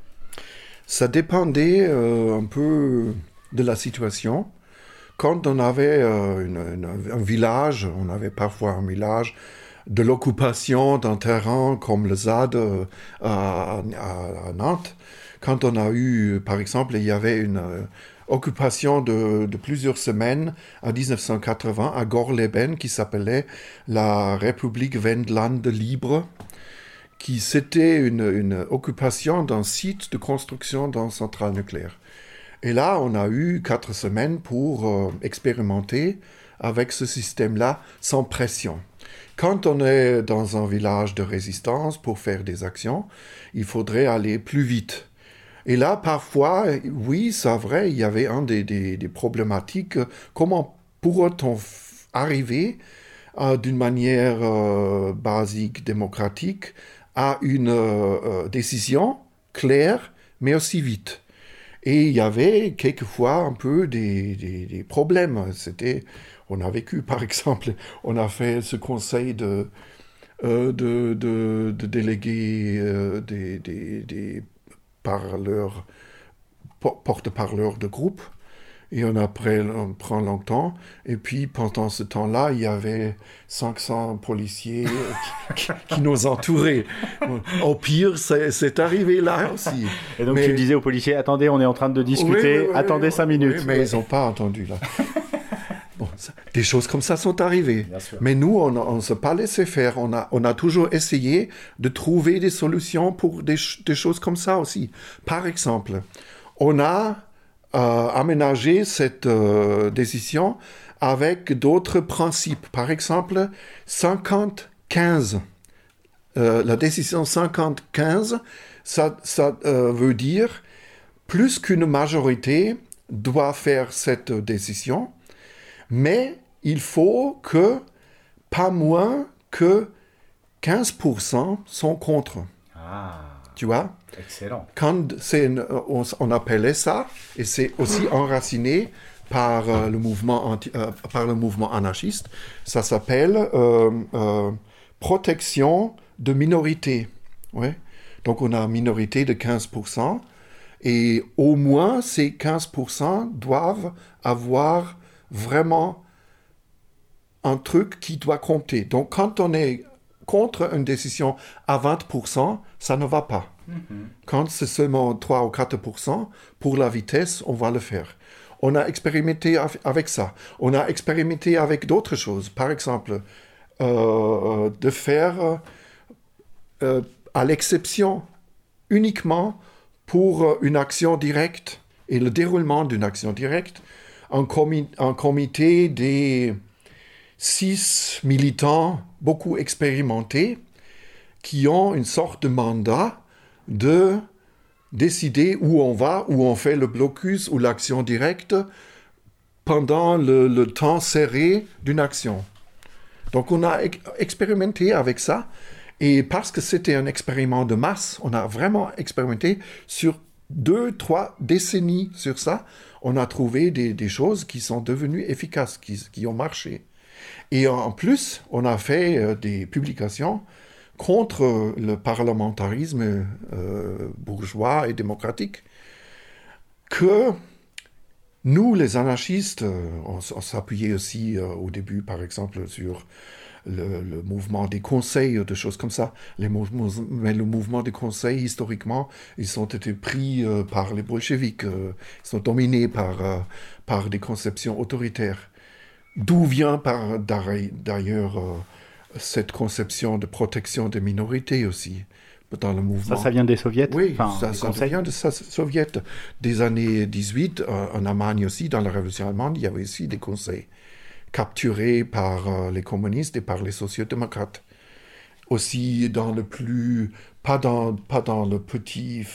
Ça dépendait euh, un peu de la situation. Quand on avait euh, une, une, un village, on avait parfois un village de l'occupation d'un terrain comme le Z A D euh, à, à, à Nantes. Quand on a eu, par exemple, il y avait une euh, occupation de, de plusieurs semaines en dix-neuf cent quatre-vingts à Gorleben qui s'appelait la République Wendland libre, qui c'était une, une occupation d'un site de construction d'une centrale nucléaire. Et là, on a eu quatre semaines pour euh, expérimenter avec ce système-là sans pression. Quand on est dans un village de résistance pour faire des actions, il faudrait aller plus vite. Et là, parfois, oui, c'est vrai, il y avait un des, des, des problématiques. Comment pourrait-on f- arriver euh, d'une manière euh, basique, démocratique, à une euh, décision claire, mais aussi vite? Et il y avait quelquefois un peu des, des, des problèmes. C'était, on a vécu, par exemple, on a fait ce conseil de, euh, de, de, de déléguer euh, des, des, des parleurs, porte-parleurs de groupe. Et on, après, on prend longtemps. Et puis, pendant ce temps-là, il y avait cinq cents policiers qui, qui nous entouraient. Au pire, c'est, c'est arrivé là aussi. Et donc, mais... tu disais aux policiers, attendez, on est en train de discuter, oui, oui, attendez oui, cinq minutes. Oui, mais ils n'ont pas entendu, là. Bon, ça, des choses comme ça sont arrivées. Mais nous, on ne s'est pas laissé faire. On a, on a toujours essayé de trouver des solutions pour des, des choses comme ça aussi. Par exemple, on a euh, aménagé cette euh, décision avec d'autres principes. Par exemple, cinquante quinze. Euh, la décision cinquante quinze, ça, ça euh, veut dire plus qu'une majorité doit faire cette décision, mais il faut que pas moins que quinze pour cent sont contre. Ah, tu vois? Excellent. Quand c'est une, on, on appelait ça, et c'est aussi enraciné par, euh, le, mouvement anti, euh, par le mouvement anarchiste, ça s'appelle euh, euh, protection de minorité. Ouais. Donc on a une minorité de quinze pour cent, et au moins ces quinze pour cent doivent avoir vraiment un truc qui doit compter. Donc, quand on est contre une décision à vingt pour cent, ça ne va pas. Mm-hmm. Quand c'est seulement trois ou quatre pour cent, pour la vitesse, on va le faire. On a expérimenté avec ça. On a expérimenté avec d'autres choses. Par exemple, euh, de faire euh, à l'exception uniquement pour une action directe et le déroulement d'une action directe, un, comi- un comité des six militants beaucoup expérimentés qui ont une sorte de mandat de décider où on va, où on fait le blocus ou l'action directe pendant le, le temps serré d'une action. Donc on a ex- expérimenté avec ça, et parce que c'était un expériment de masse, on a vraiment expérimenté sur deux, trois décennies sur ça. On a trouvé des, des choses qui sont devenues efficaces, qui, qui ont marché. Et en plus, on a fait euh, des publications contre le parlementarisme euh, bourgeois et démocratique. que nous, les anarchistes, on, on s'appuyait aussi euh, au début, par exemple, sur le, le mouvement des conseils, des choses comme ça. Les mouvements, mais le mouvement des conseils, historiquement, ils ont été pris euh, par les bolcheviks. Euh, ils sont dominés par, euh, par des conceptions autoritaires. D'où vient par, d'ailleurs euh, cette conception de protection des minorités aussi dans le mouvement. Ça, ça vient des soviets? Oui, enfin, ça, ça vient des soviets. Des années dix-huit, euh, en Allemagne aussi, dans la Révolution allemande, il y avait aussi des conseils capturés par euh, les communistes et par les sociodémocrates. Aussi dans le plus... Pas dans, pas dans le petit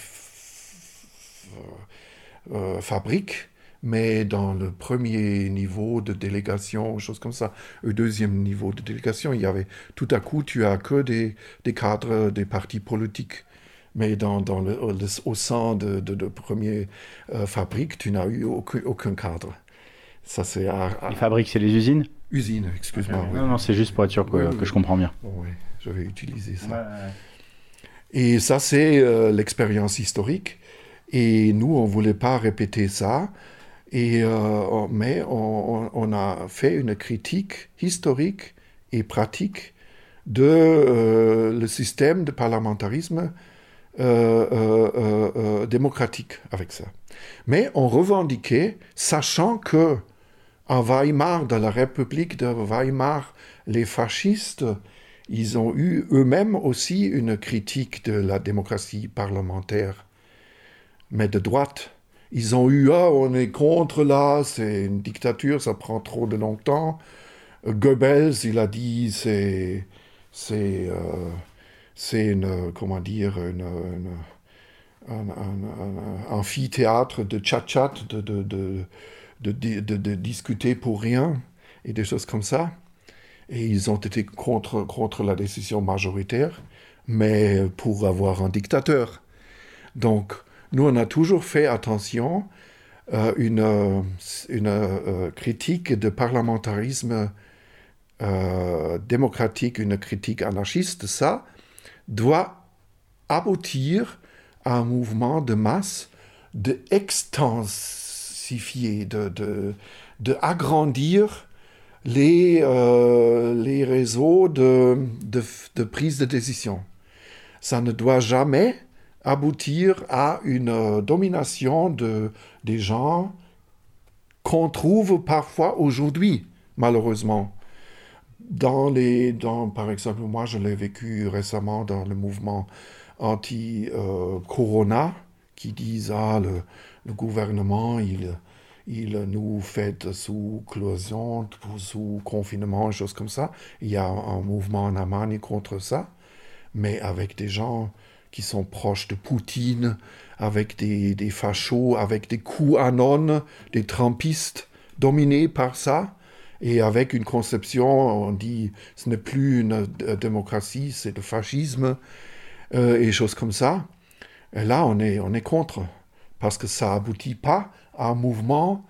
f- euh, fabrique, mais dans le premier niveau de délégation, choses comme ça. Au deuxième niveau de délégation, il y avait... Tout à coup, tu as que des, des cadres des partis politiques. Mais dans, dans le, le, au sein de, de, de premier euh, fabrique, tu n'as eu aucun, aucun cadre. Ça, c'est à, à... Les fabriques, c'est les usines? Usines, excuse-moi. Okay. Oui. Non, non, c'est juste pour être sûr que, oui, que oui. je comprends bien. Oui, je vais utiliser ça. Ouais, ouais. Et ça, c'est euh, l'expérience historique. Et nous, on ne voulait pas répéter ça. Et, euh, mais on, on a fait une critique historique et pratique de euh, le système de parlementarisme euh, euh, euh, euh, démocratique avec ça. Mais on revendiquait, sachant que en Weimar, dans la République de Weimar, les fascistes, ils ont eu eux-mêmes aussi une critique de la démocratie parlementaire, mais de droite. Ils ont eu, ah, on est contre là, c'est une dictature, ça prend trop de longtemps. Goebbels, il a dit, c'est, c'est, euh, c'est une, comment dire, une, une, un, un, un, un amphithéâtre de tchat-tchat, de, de, de, de, de, de, de discuter pour rien, et des choses comme ça. Et ils ont été contre, contre la décision majoritaire, mais pour avoir un dictateur. Donc, nous, on a toujours fait attention, euh, une, une euh, critique de parlementarisme euh, démocratique, une critique anarchiste, ça doit aboutir à un mouvement de masse, de extensifier, de, de, de agrandir les, euh, les réseaux de, de, de prise de décision. Ça ne doit jamais aboutir à une euh, domination de, des gens qu'on trouve parfois aujourd'hui, malheureusement. Dans les, dans, par exemple, moi je l'ai vécu récemment dans le mouvement anti-corona, euh, qui disent ah, le, le gouvernement, il, il nous fait sous cloison, sous confinement, choses comme ça. Il y a un mouvement en Allemagne contre ça, mais avec des gens qui sont proches de Poutine, avec des, des fachos, avec des QAnon, des trumpistes dominés par ça, et avec une conception, on dit, ce n'est plus une d- démocratie, c'est le fascisme, euh, et choses comme ça. Et là, on est, on est contre, parce que ça n'aboutit pas à un mouvement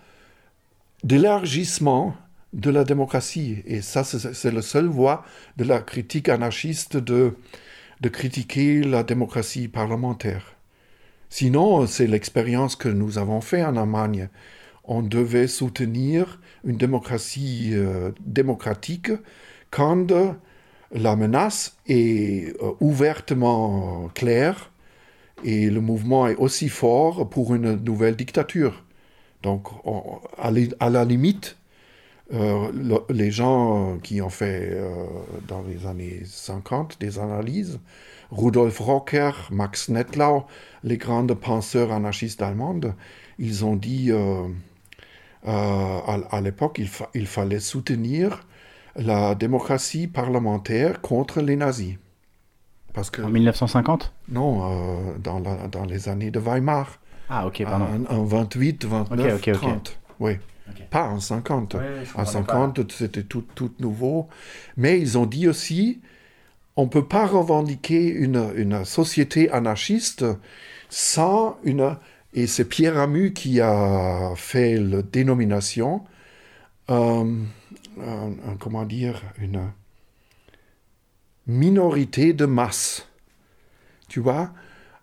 d'élargissement de la démocratie. Et ça, c'est, c'est la seule voie de la critique anarchiste de... de critiquer la démocratie parlementaire. Sinon, c'est l'expérience que nous avons faite en Allemagne. On devait soutenir une démocratie euh, démocratique quand euh, la menace est euh, ouvertement euh, claire et le mouvement est aussi fort pour une nouvelle dictature. Donc, on, à, li- à la limite, Euh, le, les gens qui ont fait euh, dans les années cinquante des analyses, Rudolf Rocker, Max Nettlau, les grands penseurs anarchistes allemands, ils ont dit euh, euh, à, à l'époque il, fa- il fallait soutenir la démocratie parlementaire contre les nazis. Parce que, En mille neuf cent cinquante? non, euh, dans, la, dans les années de Weimar, Ah, ok, pardon. en, en vingt-huit, vingt-neuf, Ok, ok, ok. trente. Oui. Ok. Pas en cinquante. Ouais, je en comprenais cinquante, c'était tout, tout nouveau. Mais ils ont dit aussi, on ne peut pas revendiquer une, une société anarchiste sans une... Et c'est Pierre Ramu qui a fait la dénomination, euh, un, un, comment dire, une minorité de masse. Tu vois,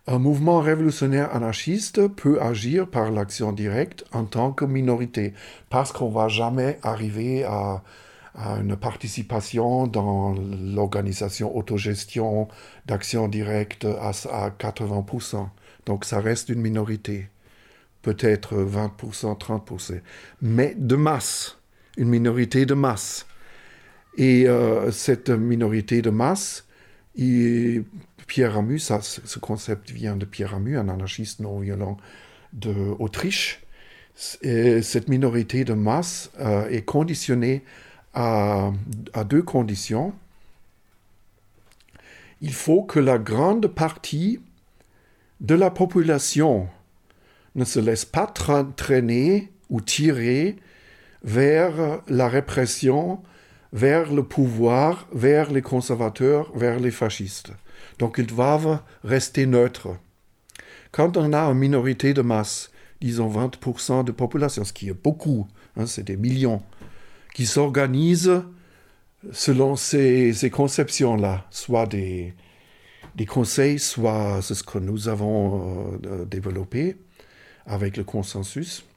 Un mouvement révolutionnaire anarchiste peut agir par l'action directe en tant que minorité, parce qu'on ne va jamais arriver à, à une participation dans l'organisation autogestion d'action directe à, à quatre-vingts pour cent. Donc ça reste une minorité, peut-être vingt pour cent, trente pour cent, mais de masse, une minorité de masse. Et euh, cette minorité de masse, il, Pierre Ramu, ça, ce concept vient de Pierre Ramu, un anarchiste non-violent d'Autriche. Cette minorité de masse euh, est conditionnée à, à deux conditions. Il faut que la grande partie de la population ne se laisse pas tra- traîner ou tirer vers la répression, vers le pouvoir, vers les conservateurs, vers les fascistes. Donc ils doivent rester neutres. Quand on a une minorité de masse, disons vingt pour cent de population, ce qui est beaucoup, hein, c'est des millions, qui s'organisent selon ces, ces conceptions-là, soit des, des conseils, soit c'est ce que nous avons euh, développé avec le consensus.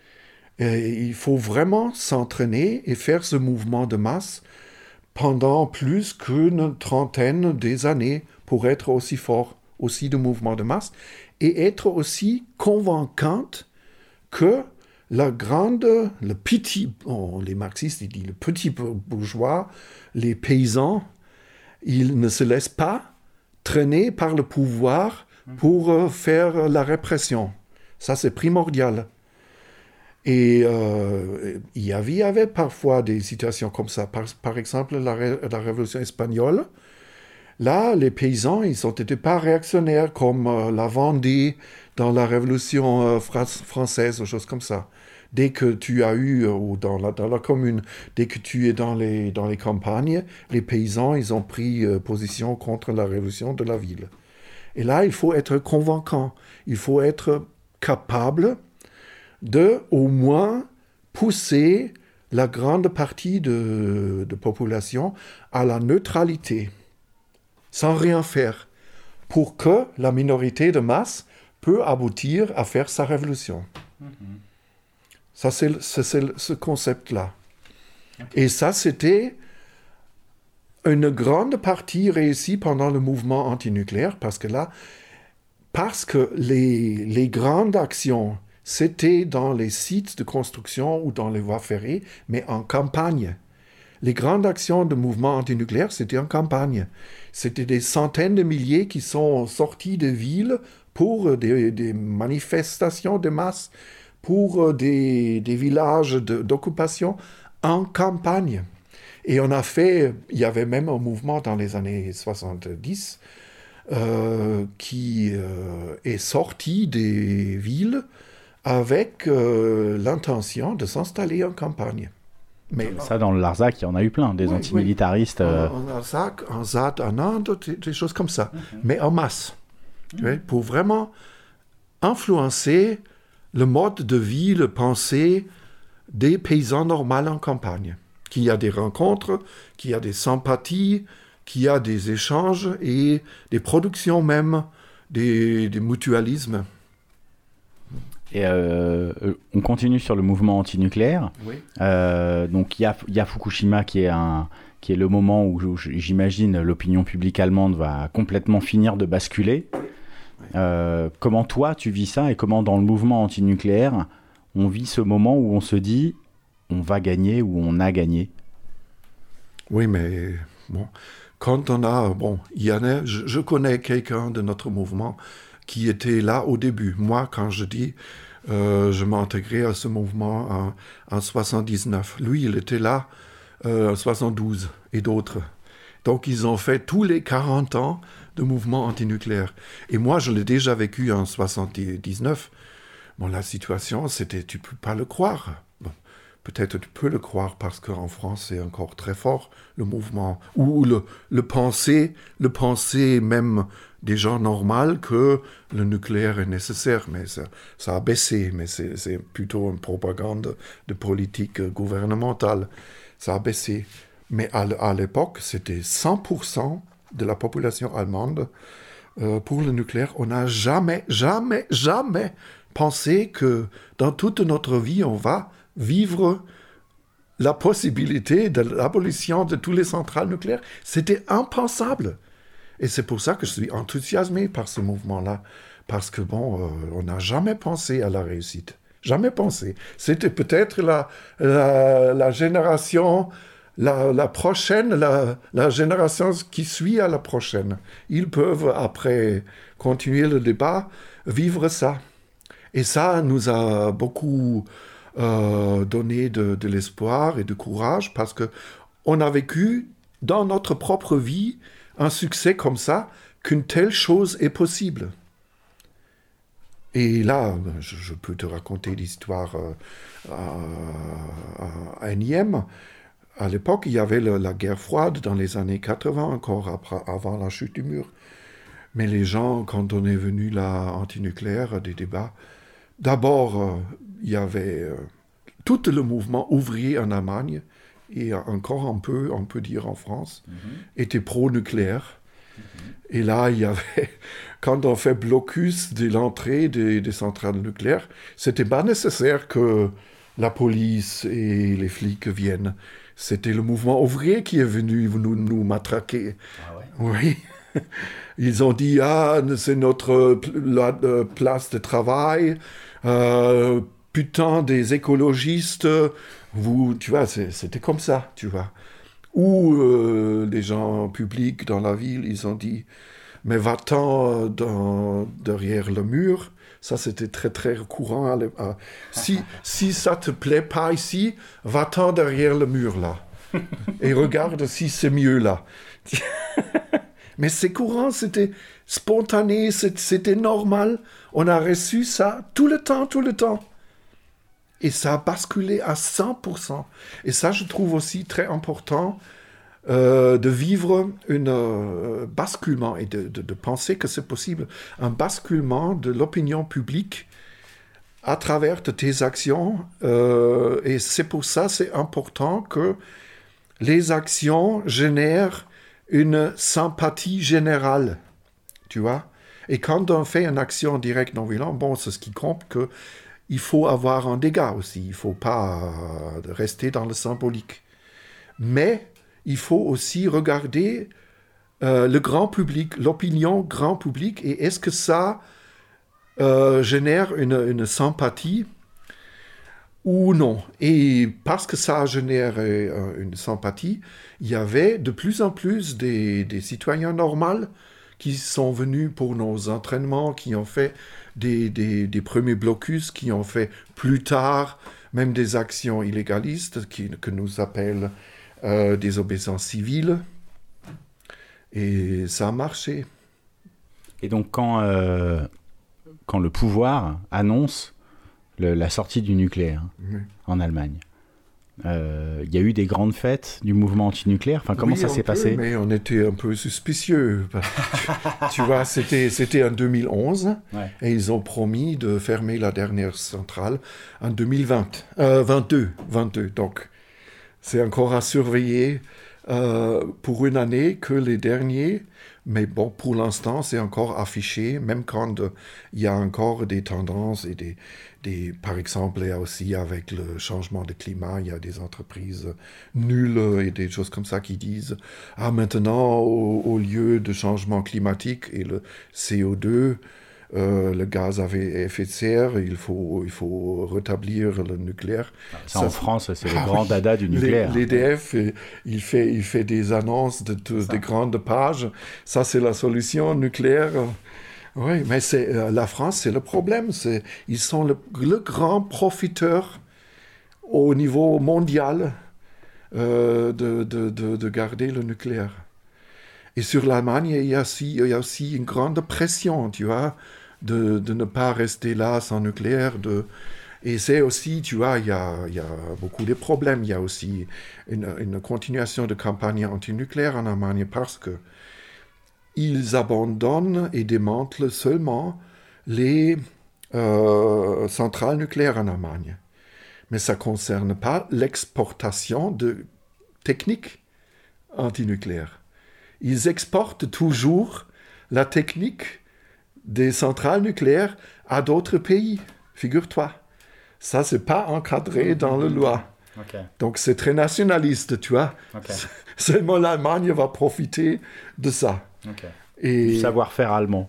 Et il faut vraiment s'entraîner et faire ce mouvement de masse pendant plus qu'une trentaine des années pour être aussi fort, aussi de mouvement de masse, et être aussi convaincante que la grande, le petit, oh, les marxistes, ils disent le petit bourgeois, les paysans, ils ne se laissent pas traîner par le pouvoir pour euh, faire la répression. Ça, c'est primordial. Et euh, il y avait, il y avait parfois des situations comme ça. Par, par exemple, la, ré, la Révolution espagnole. Là, les paysans, ils n'étaient pas réactionnaires comme euh, la Vendée dans la Révolution euh, fra- française, ou choses comme ça. Dès que tu as eu, ou dans la, dans la commune, dès que tu es dans les, dans les campagnes, les paysans, ils ont pris euh, position contre la Révolution de la ville. Et là, il faut être convaincant. Il faut être capable de, au moins, pousser la grande partie de, de population à la neutralité, sans rien faire, pour que la minorité de masse peut aboutir à faire sa révolution. Mm-hmm. Ça, c'est, c'est, c'est ce concept-là. Okay. Et ça, c'était une grande partie réussie pendant le mouvement antinucléaire, parce que là, parce que les, les grandes actions, c'était dans les sites de construction ou dans les voies ferrées, mais en campagne. Les grandes actions de mouvement antinucléaire, c'était en campagne. C'était des centaines de milliers qui sont sortis de villes pour des, des manifestations de masse, pour des, des villages de, d'occupation en campagne. Et on a fait, il y avait même un mouvement dans les années soixante-dix euh, qui euh, est sorti des villes avec euh, l'intention de s'installer en campagne. Mais, ça, dans le Larzac, il y en a eu plein, des oui, antimilitaristes. Oui. Euh... En Larzac, en Z A D, en Inde, des, des choses comme ça, okay. Mais en masse, mmh. Oui, pour vraiment influencer le mode de vie, le pensée des paysans normaux en campagne. Qu'il y a des rencontres, qu'il y a des sympathies, qu'il y a des échanges et des productions même, des, des mutualismes. Et euh, on continue sur le mouvement antinucléaire. Oui. Euh, donc il y a, y a Fukushima qui est, un, qui est le moment où j'imagine l'opinion publique allemande va complètement finir de basculer. Oui. Euh, comment toi tu vis ça et comment dans le mouvement antinucléaire on vit ce moment où on se dit on va gagner ou on a gagné? Oui, mais bon, quand on a, bon, il y en a, je, je connais quelqu'un de notre mouvement qui était là au début. Moi, quand je dis, euh, je m'intégrais à ce mouvement en, en soixante-dix-neuf. Lui, il était là euh, en soixante-douze et d'autres. Donc, ils ont fait tous les quarante ans de mouvement antinucléaire. Et moi, je l'ai déjà vécu en soixante-dix-neuf. Bon, la situation, c'était, tu ne peux pas le croire. Bon, peut-être tu peux le croire parce qu'en France, c'est encore très fort, le mouvement. Ou le, le penser, le penser même des gens normaux que le nucléaire est nécessaire, mais ça, ça a baissé, mais c'est, c'est plutôt une propagande de politique gouvernementale. Ça a baissé. Mais à, à l'époque, c'était cent pour cent de la population allemande euh, pour le nucléaire, on n'a jamais, jamais, jamais pensé que dans toute notre vie, on va vivre la possibilité de l'abolition de toutes les centrales nucléaires. C'était impensable. Et c'est pour ça que je suis enthousiasmé par ce mouvement-là. Parce que, bon, euh, on n'a jamais pensé à la réussite. Jamais pensé. C'était peut-être la, la, la génération, la, la prochaine, la, la génération qui suit à la prochaine. Ils peuvent, après continuer le débat, vivre ça. Et ça nous a beaucoup euh, donné de, de l'espoir et de courage parce qu'on a vécu dans notre propre vie un succès comme ça, qu'une telle chose est possible. Et là, je, je peux te raconter l'histoire euh, à, à énième. À l'époque, il y avait le, la guerre froide dans les années quatre-vingts, encore après, avant la chute du mur. Mais les gens, quand on est venu là, anti-nucléaire, des débats, d'abord, euh, il y avait euh, tout le mouvement ouvrier en Allemagne, et encore un peu, on peut dire en France, mm-hmm. était pro-nucléaire. Et là, il y avait, quand on fait blocus de l'entrée des, des centrales nucléaires, c'était pas nécessaire que la police et les flics viennent. C'était le mouvement ouvrier qui est venu nous, nous matraquer. Ah ouais. Oui. Ils ont dit, ah, c'est notre la, la place de travail, euh, putain des écologistes, vous, tu vois, c'est, c'était comme ça, tu vois. Ou euh, les gens publics dans la ville, ils ont dit « Mais va-t'en dans, derrière le mur ». Ça, c'était très, très courant. À à, si, si ça ne te plaît pas ici, va-t'en derrière le mur, là. Et regarde si c'est mieux, là. Mais c'est courant, c'était spontané, c'était normal. On a reçu ça tout le temps, tout le temps. Et ça a basculé à cent pour cent. Et ça, je trouve aussi très important euh, de vivre un euh, basculement et de, de, de penser que c'est possible. Un basculement de l'opinion publique à travers de tes actions. Euh, et c'est pour ça c'est important que les actions génèrent une sympathie générale. Tu vois ? Et quand on fait une action directe non violente, bon, c'est ce qui compte que il faut avoir un dégât aussi, il ne faut pas rester dans le symbolique. Mais il faut aussi regarder euh, le grand public, l'opinion grand public, et est-ce que ça euh, génère une, une sympathie ou non. Et parce que ça a généré euh, une sympathie, il y avait de plus en plus des, des citoyens normaux qui sont venus pour nos entraînements, qui ont fait des, des, des premiers blocus, qui ont fait plus tard même des actions illégalistes, qui, que nous appellent euh, des obéissances civiles. Et ça a marché. Et donc quand, euh, quand le pouvoir annonce le, la sortie du nucléaire oui. en Allemagne, il euh, y a eu des grandes fêtes du mouvement antinucléaire. Enfin, comment oui, ça s'est peu, passé ? Mais on était un peu suspicieux. tu, tu vois, c'était, c'était en deux mille onze ouais. et ils ont promis de fermer la dernière centrale en deux mille vingt, euh, vingt-deux, vingt-deux. Donc, c'est encore à surveiller euh, pour une année que les derniers. Mais bon, pour l'instant, c'est encore affiché, même quand il euh, y a encore des tendances et des, des... Par exemple, il y a aussi avec le changement de climat, il y a des entreprises nulles et des choses comme ça qui disent « Ah, maintenant, au, au lieu de changement climatique et le C O deux, euh, le gaz à effet de serre, il faut, il faut rétablir le nucléaire. » Ça, ça, en France, c'est ah, le grand dada du nucléaire. L'E D F, il fait, il fait des annonces de, de, de grandes pages. Ça, c'est la solution nucléaire. Oui, mais c'est, euh, la France, c'est le problème. C'est, ils sont le, le grand profiteur au niveau mondial euh, de, de, de, de garder le nucléaire. Et sur l'Allemagne, il y a aussi, il y a aussi une grande pression, tu vois, de, de ne pas rester là sans nucléaire. De... Et c'est aussi, tu vois, il y a, il y a beaucoup de problèmes. Il y a aussi une, une continuation de campagne antinucléaire en Allemagne parce que ils abandonnent et démantelent seulement les euh, centrales nucléaires en Allemagne. Mais ça ne concerne pas l'exportation de techniques antinucléaires. Ils exportent toujours la technique des centrales nucléaires à d'autres pays, figure-toi. Ça, c'est pas encadré dans la loi. Okay. Donc, c'est très nationaliste, tu vois. Okay. Seulement l'Allemagne va profiter de ça. Okay. Et... Du savoir-faire allemand.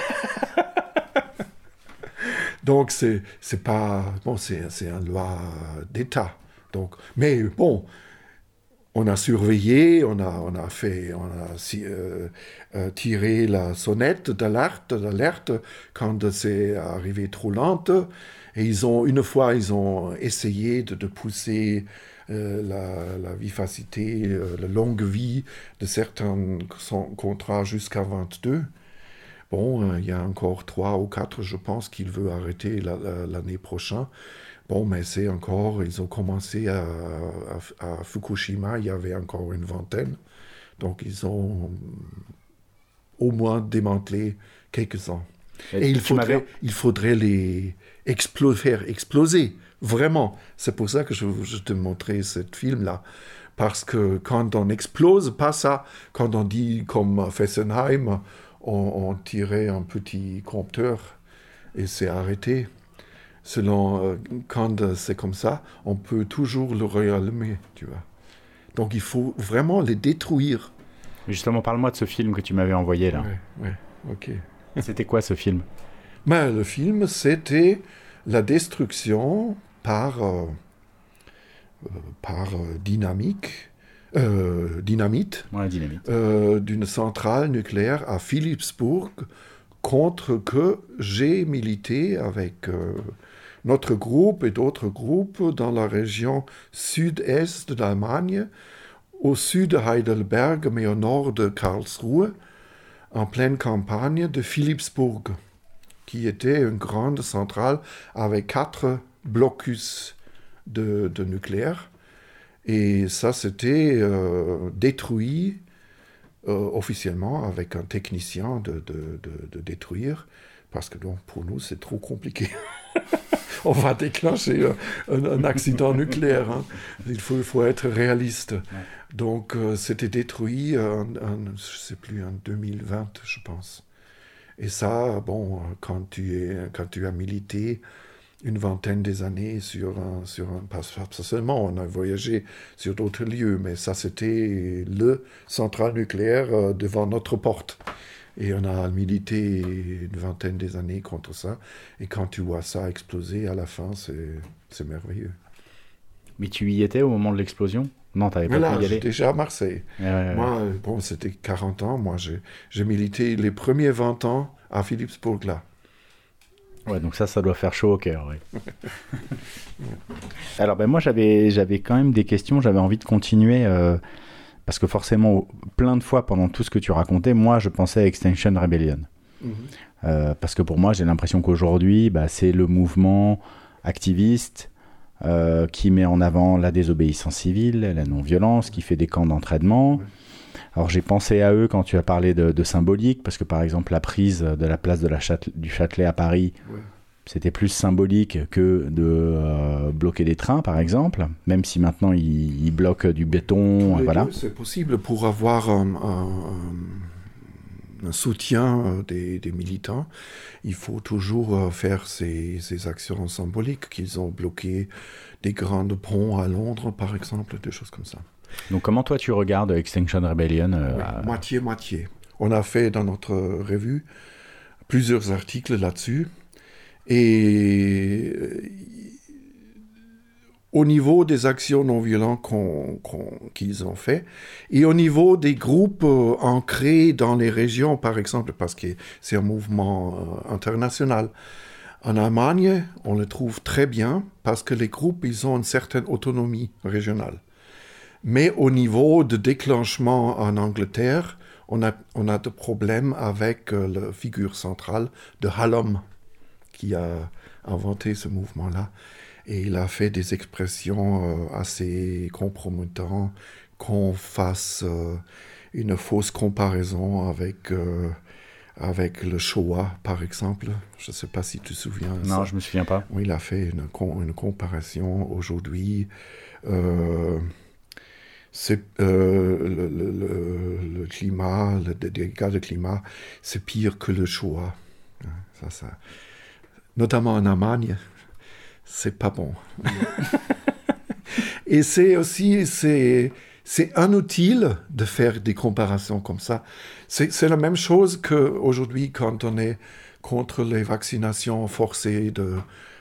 Donc, c'est, c'est pas... Bon, c'est, c'est une loi d'État. Donc, mais bon, on a surveillé, on a, on a fait... On a euh, euh, tiré la sonnette d'alerte, d'alerte quand c'est arrivé trop lente. Et ils ont, une fois, ils ont essayé de, de pousser euh, la, la vivacité, euh, la longue vie de certains contrats jusqu'à vingt-deux. Bon, euh, il y a encore trois ou quatre, je pense, qu'il veut arrêter la, la, l'année prochaine. Bon, mais c'est encore, ils ont commencé à, à, à Fukushima, il y avait encore une vingtaine. Donc, ils ont au moins démantelé quelques-uns. Et, Et il, faudrait, il faudrait les explo- faire exploser, vraiment. C'est pour ça que je, je te montrais ce film-là. Parce que quand on explose, pas ça, quand on dit comme Fessenheim, on, on tirait un petit compteur et c'est arrêté. Selon, euh, quand c'est comme ça, on peut toujours le réallumer, tu vois. Donc il faut vraiment les détruire. Justement, parle-moi de ce film que tu m'avais envoyé là. Ouais, ouais, ok. C'était quoi ce film ? Ben, le film, c'était la destruction par, euh, euh, par euh, dynamique, euh, dynamite, ouais, dynamite. Euh, d'une centrale nucléaire à Philipsburg, contre que j'ai milité avec euh, notre groupe et d'autres groupes dans la région sud-est de l'Allemagne, au sud de Heidelberg, mais au nord de Karlsruhe, en pleine campagne de Philipsburg, qui était une grande centrale avec quatre blocus de, de nucléaire. Et ça, c'était euh, détruit euh, officiellement avec un technicien de, de, de, de détruire, parce que donc, pour nous, c'est trop compliqué. On va déclencher un, un accident nucléaire. Hein. Il faut, il faut être réaliste. Ouais. Donc, euh, c'était détruit, en, en, je ne sais plus, en deux mille vingt, je pense. Et ça, bon, quand tu, es, quand tu as milité une vingtaine des années sur un... Sur un pas, pas seulement, on a voyagé sur d'autres lieux, mais ça, c'était le centrale nucléaire euh, devant notre porte. Et on a milité une vingtaine des années contre ça. Et quand tu vois ça exploser à la fin, c'est, c'est merveilleux. Mais tu y étais au moment de l'explosion ? Non, tu n'avais pas là, pu y aller. J'étais déjà à Marseille. Ouais, ouais, Moi, ouais. bon, c'était quarante ans. Moi, j'ai, j'ai milité les premiers vingt ans à Philipsburg, là. Ouais, donc ça, ça doit faire chaud au cœur, oui. Alors, ben moi, j'avais, j'avais quand même des questions. J'avais envie de continuer... Euh... Parce que forcément, plein de fois pendant tout ce que tu racontais, moi, je pensais à Extinction Rebellion. Mmh. Euh, parce que pour moi, j'ai l'impression qu'aujourd'hui, bah, c'est le mouvement activiste euh, qui met en avant la désobéissance civile, la non-violence, qui fait des camps d'entraînement. Ouais. Alors, j'ai pensé à eux quand tu as parlé de, de symbolique, parce que par exemple, la prise de la place de la Châtel- du Châtelet à Paris... Ouais. C'était plus symbolique que de euh, bloquer des trains, par exemple, même si maintenant ils, ils bloquent du béton. Voilà. Deux, c'est possible pour avoir un, un, un soutien des, des militants. Il faut toujours faire ces, ces actions symboliques, qu'ils ont bloqué des grands ponts à Londres, par exemple, des choses comme ça. Donc comment toi tu regardes Extinction Rebellion euh, oui, à... Moitié-moitié. On a fait dans notre revue plusieurs articles là-dessus. Et euh, au niveau des actions non violentes qu'on, qu'on, qu'ils ont fait, et au niveau des groupes euh, ancrés dans les régions, par exemple, parce que c'est un mouvement euh, international. En Allemagne, on le trouve très bien, parce que les groupes, ils ont une certaine autonomie régionale. Mais au niveau de déclenchement en Angleterre, on a, on a des problèmes avec euh, la figure centrale de Hallam, qui a inventé ce mouvement-là. Et il a fait des expressions euh, assez compromettantes, qu'on fasse euh, une fausse comparaison avec, euh, avec le Shoah, par exemple. Je ne sais pas si tu te souviens. Non, ça. je ne me souviens pas. Oui, il a fait une, une comparaison aujourd'hui. Euh, c'est euh, le, le, le, le climat, le dégât de climat, c'est pire que le Shoah. Ça, ça. Notamment en Allemagne, c'est pas bon. Et c'est aussi, c'est, c'est inutile de faire des comparaisons comme ça. C'est, c'est la même chose qu'aujourd'hui quand on est contre les vaccinations forcées de,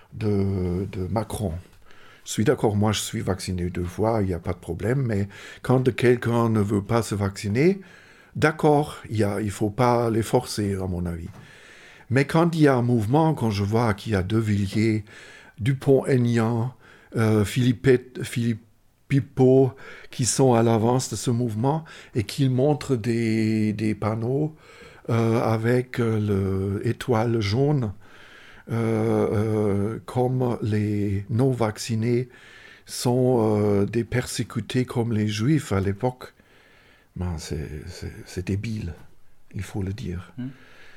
de, de Macron. Je suis d'accord, moi je suis vacciné deux fois, il n'y a pas de problème, mais quand quelqu'un ne veut pas se vacciner, d'accord, il ne faut pas les forcer, à mon avis. Mais quand il y a un mouvement, quand je vois qu'il y a De Villiers, Dupont-Aignan, euh, Philippe, Philippe Pipo, qui sont à l'avance de ce mouvement et qui montrent des, des panneaux euh, avec euh, l'étoile jaune, Euh, euh, comme les non-vaccinés sont euh, des persécutés comme les juifs à l'époque, ben c'est, c'est, c'est débile, il faut le dire. Mmh.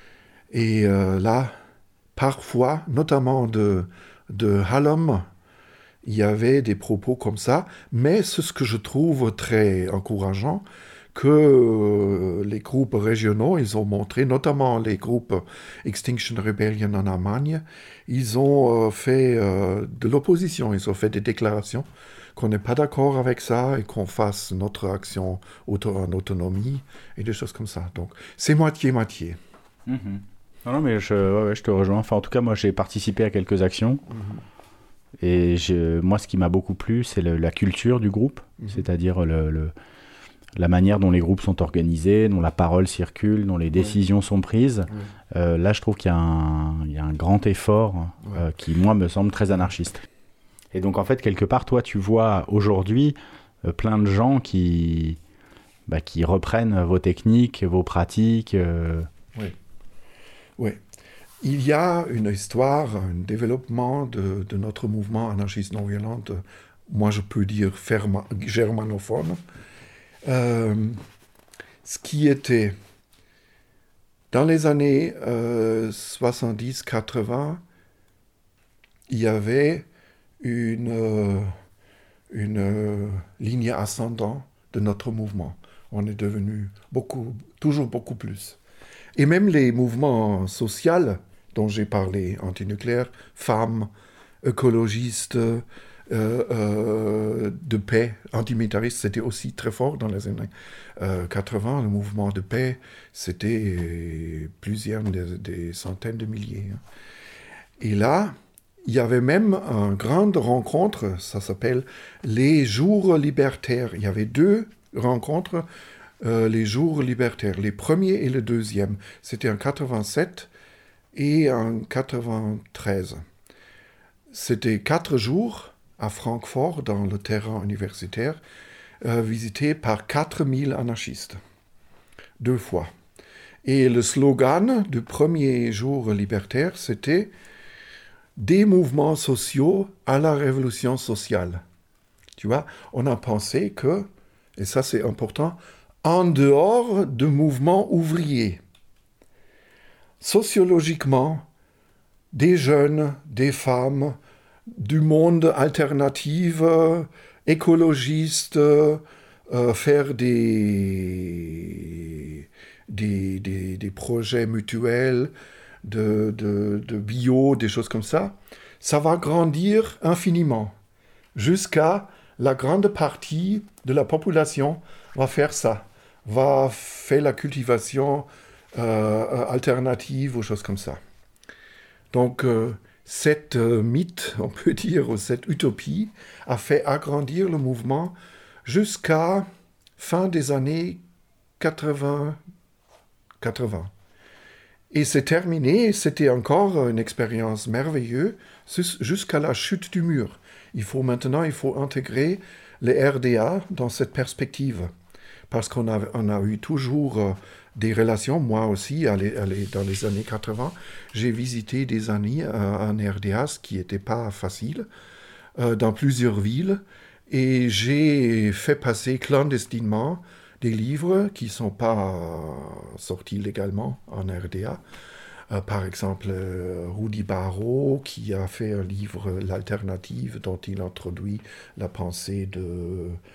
Et euh, là, parfois, notamment de, de Hallam, il y avait des propos comme ça, mais c'est ce que je trouve très encourageant, que euh, les groupes régionaux, ils ont montré, notamment les groupes Extinction Rebellion en Allemagne, ils ont euh, fait euh, de l'opposition, ils ont fait des déclarations qu'on n'est pas d'accord avec ça et qu'on fasse notre action auto- en autonomie et des choses comme ça. Donc, c'est moitié-moitié. Mmh. Non, non, mais je, ouais, ouais, je te rejoins. Enfin, en tout cas, moi, j'ai participé à quelques actions. Mmh. Et je, moi, ce qui m'a beaucoup plu, c'est le, la culture du groupe, mmh. c'est-à-dire le... le la manière dont les groupes sont organisés, dont la parole circule, dont les décisions oui. sont prises. Oui. Euh, là, je trouve qu'il y a un, il y a un grand effort oui. euh, qui, moi, me semble très anarchiste. Et donc, en fait, quelque part, toi, tu vois aujourd'hui euh, plein de gens qui, bah, qui reprennent vos techniques, vos pratiques. Euh... Oui. Oui. Il y a une histoire, un développement de, de notre mouvement anarchiste non-violent, moi, je peux dire ferma, germanophone. Euh, ce qui était dans les années euh, soixante-dix quatre-vingts, il y avait une, euh, une euh, ligne ascendante de notre mouvement. On est devenu beaucoup, toujours beaucoup plus. Et même les mouvements sociaux dont j'ai parlé, antinucléaires, femmes, écologistes, Euh, euh, de paix antimilitariste, c'était aussi très fort dans les années euh, quatre-vingts. Le mouvement de paix, c'était plusieurs, des, des centaines de milliers. Et là, il y avait même une grande rencontre, ça s'appelle les Jours libertaires. Il y avait deux rencontres, euh, les Jours libertaires, les premiers et le deuxième. C'était en quatre-vingt-sept et en quatre-vingt-treize. C'était quatre jours à Francfort, dans le terrain universitaire, euh, visité par quatre mille anarchistes, deux fois. Et le slogan du premier jour libertaire, c'était « Des mouvements sociaux à la révolution sociale ». Tu vois, on a pensé que, et ça c'est important, en dehors de mouvements ouvriers, sociologiquement, des jeunes, des femmes, du monde alternatif, euh, écologiste, euh, faire des, des, des, des projets mutuels, de, de, de bio, des choses comme ça, ça va grandir infiniment, jusqu'à la grande partie de la population va faire ça, va faire la cultivation euh, alternative ou choses comme ça. Donc, euh, Cette euh, mythe, on peut dire, ou cette utopie, a fait agrandir le mouvement jusqu'à fin des années quatre-vingts. quatre-vingts. Et c'est terminé, c'était encore une expérience merveilleuse jusqu'à la chute du mur. Il faut maintenant, il faut intégrer les R D A dans cette perspective. Parce qu'on a, on a eu toujours euh, des relations, moi aussi, allez, allez, dans les années quatre-vingts, j'ai visité des amis euh, en R D A, ce qui n'était pas facile, euh, dans plusieurs villes, et j'ai fait passer clandestinement des livres qui ne sont pas euh, sortis légalement en R D A. Euh, par exemple, euh, Rudy Barrault, qui a fait un livre, L'Alternative, dont il introduit la pensée de...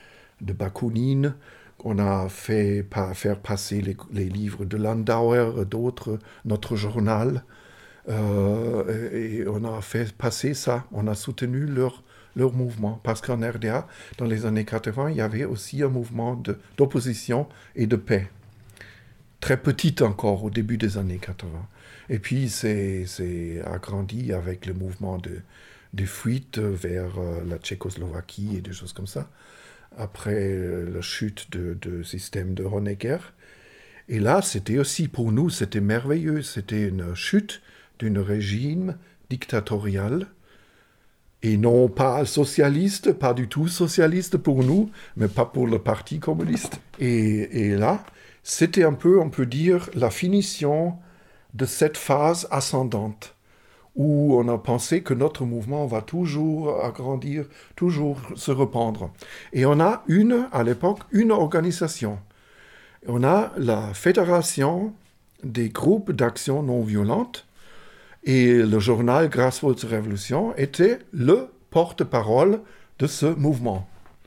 de Bakounine. On a fait pa- faire passer les, les livres de Landauer, d'autres, notre journal. Euh, et on a fait passer ça. On a soutenu leur, leur mouvement. Parce qu'en R D A, dans les années quatre-vingts, il y avait aussi un mouvement de, d'opposition et de paix. Très petit encore au début des années quatre-vingts. Et puis, c'est, c'est agrandi avec le mouvement de, de fuite vers euh, la Tchécoslovaquie et des choses comme ça, après euh, la chute du de, de système de Honecker. Et là, c'était aussi, pour nous, c'était merveilleux. C'était une chute d'un régime dictatorial, et non pas socialiste, pas du tout socialiste pour nous, mais pas pour le Parti communiste. Et, et là, c'était un peu, on peut dire, la finition de cette phase ascendante, où on a pensé que notre mouvement va toujours agrandir, toujours se répandre. Et on a une, à l'époque, une organisation. On a la Fédération des groupes d'action non violente, et le journal Grassroots Révolution était le porte-parole de ce mouvement.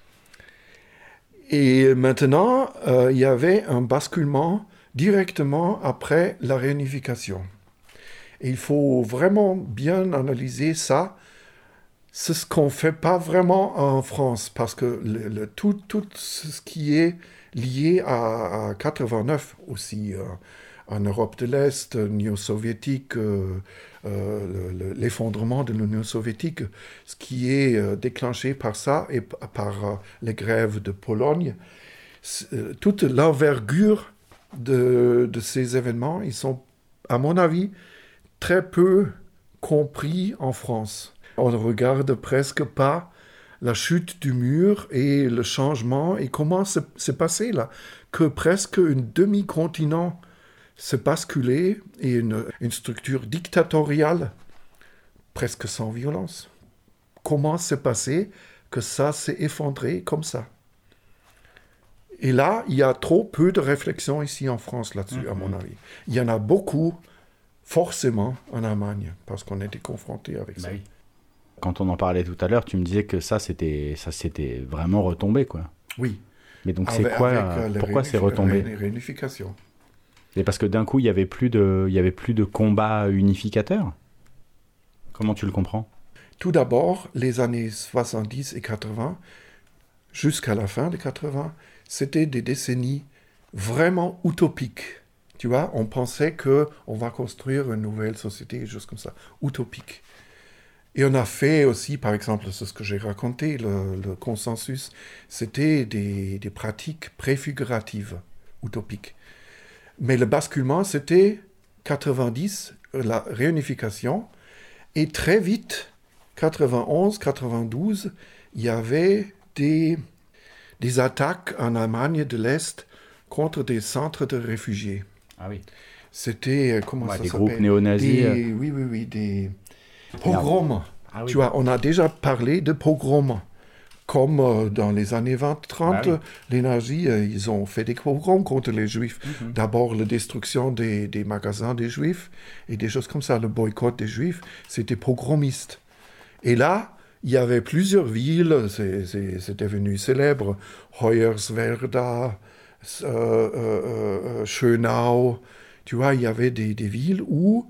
Et maintenant, euh, il y avait un basculement directement après la réunification. Et il faut vraiment bien analyser ça. C'est ce qu'on ne fait pas vraiment en France, parce que le, le, tout, tout ce qui est lié à, à quatre-vingt-neuf aussi, euh, en Europe de l'Est, l'Union soviétique, euh, euh, le, l'effondrement de l'Union soviétique, ce qui est euh, déclenché par ça et p- par euh, les grèves de Pologne, euh, toute l'envergure de, de ces événements, ils sont, à mon avis, très peu compris en France. On ne regarde presque pas la chute du mur et le changement et comment c'est, c'est passé là, que presque un demi-continent se basculer et une, une structure dictatoriale, presque sans violence. Comment c'est passé que ça s'est effondré comme ça? Et là, il y a trop peu de réflexion ici en France là-dessus, mmh. à mon avis. Il y en a beaucoup, forcément, en Allemagne, parce qu'on était confronté avec bah ça. Oui. Quand on en parlait tout à l'heure, tu me disais que ça, c'était, ça s'était vraiment retombé, quoi. Oui. Mais donc, avec, c'est quoi, avec, euh, pourquoi réunif- c'est retombé? ré- Réunification. Et parce que d'un coup, il n'y avait plus de, il y avait plus de combat unificateur? Comment tu le comprends? Tout d'abord, les années soixante-dix et quatre-vingts, jusqu'à la fin des quatre-vingts, c'était des décennies vraiment utopiques. Tu vois, on pensait qu'on va construire une nouvelle société, juste comme ça, utopique. Et on a fait aussi, par exemple, c'est ce que j'ai raconté, le, le consensus, c'était des, des pratiques préfiguratives, utopiques. Mais le basculement, c'était quatre-vingt-dix, la réunification, et très vite, quatre-vingt-onze, quatre-vingt-douze, il y avait des, des attaques en Allemagne de l'Est contre des centres de réfugiés. Ah oui. C'était, comment ouais, ça des s'appelle? Des groupes néo-nazis. Des, oui, oui, oui, des pogroms. Ah, oui. Tu vois, on a déjà parlé de pogroms. Comme euh, dans les années vingt trente, bah oui. les nazis, euh, ils ont fait des pogroms contre les juifs. Mm-hmm. D'abord, la destruction des, des magasins des juifs et des choses comme ça. Le boycott des juifs, c'était pogromiste. Et là, il y avait plusieurs villes, c'est, c'est, c'est devenu célèbre, Hoyerswerda, euh, euh, euh, Schönau. Tu vois, il y avait des, des villes où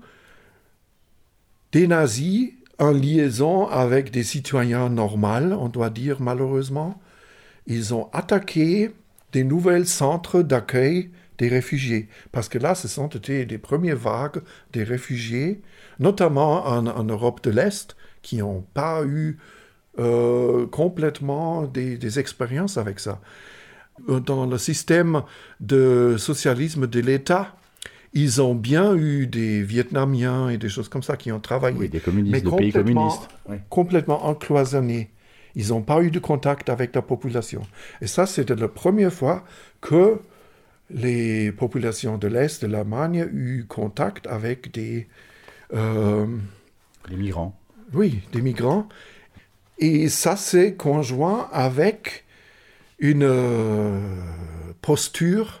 des nazis, en liaison avec des citoyens normaux, on doit dire malheureusement, ils ont attaqué des nouveaux centres d'accueil des réfugiés. Parce que là, ce sont été des premières vagues des réfugiés, notamment en, en Europe de l'Est, qui n'ont pas eu euh, complètement des, des expériences avec ça. Dans le système de socialisme de l'État, ils ont bien eu des Vietnamiens et des choses comme ça qui ont travaillé. Oui, des communistes, mais de pays communistes. Oui. Complètement encloisonnés. Ils n'ont pas eu de contact avec la population. Et ça, c'était la première fois que les populations de l'Est de l'Allemagne ont eu contact avec des... Euh, les migrants. Oui, des migrants. Et ça, c'est conjoint avec une euh, posture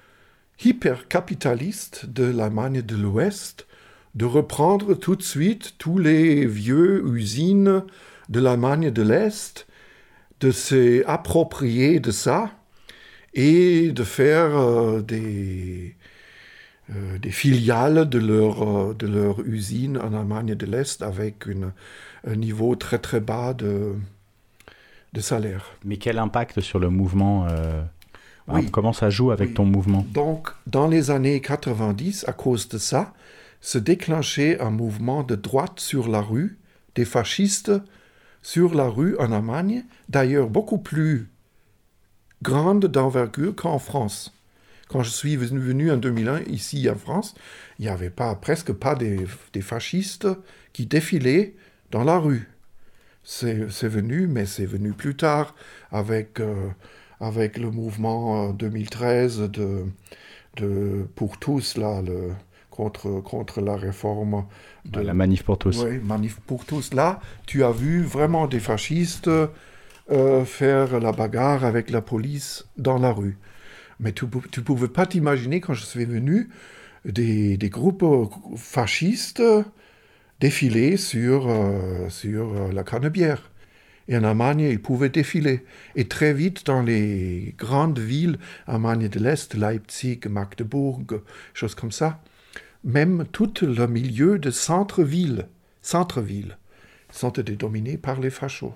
hyper-capitaliste de l'Allemagne de l'Ouest, de reprendre tout de suite tous les vieux usines de l'Allemagne de l'Est, de s'approprier de ça et de faire euh, des, euh, des filiales de leur, euh, de leur usine en Allemagne de l'Est avec une, un niveau très très bas de, de salaire. Mais quel impact sur le mouvement euh, Oui. hein, comment ça joue avec Oui. ton mouvement? Donc, dans les années quatre-vingt-dix, à cause de ça, se déclenchait un mouvement de droite sur la rue, des fascistes sur la rue en Allemagne, d'ailleurs beaucoup plus grande d'envergure qu'en France. Quand je suis venu en deux mille un ici en France, il n'y avait pas, presque pas des, des fascistes qui défilaient dans la rue. C'est, c'est venu, mais c'est venu plus tard avec, euh, avec le mouvement euh, deux mille treize de, de pour tous là, le, contre, contre la réforme de La manif pour tous. Oui, manif pour tous. Là, tu as vu vraiment des fascistes euh, faire la bagarre avec la police dans la rue. Mais tu ne pouvais pas t'imaginer, quand je suis venu, des, des groupes fascistes défiler sur, euh, sur la Canebière. Et en Allemagne, ils pouvaient défiler. Et très vite, dans les grandes villes, Allemagne de l'Est, Leipzig, Magdebourg, choses comme ça, même tout le milieu de centre-ville, centre-ville, sont été dominés par les fachos.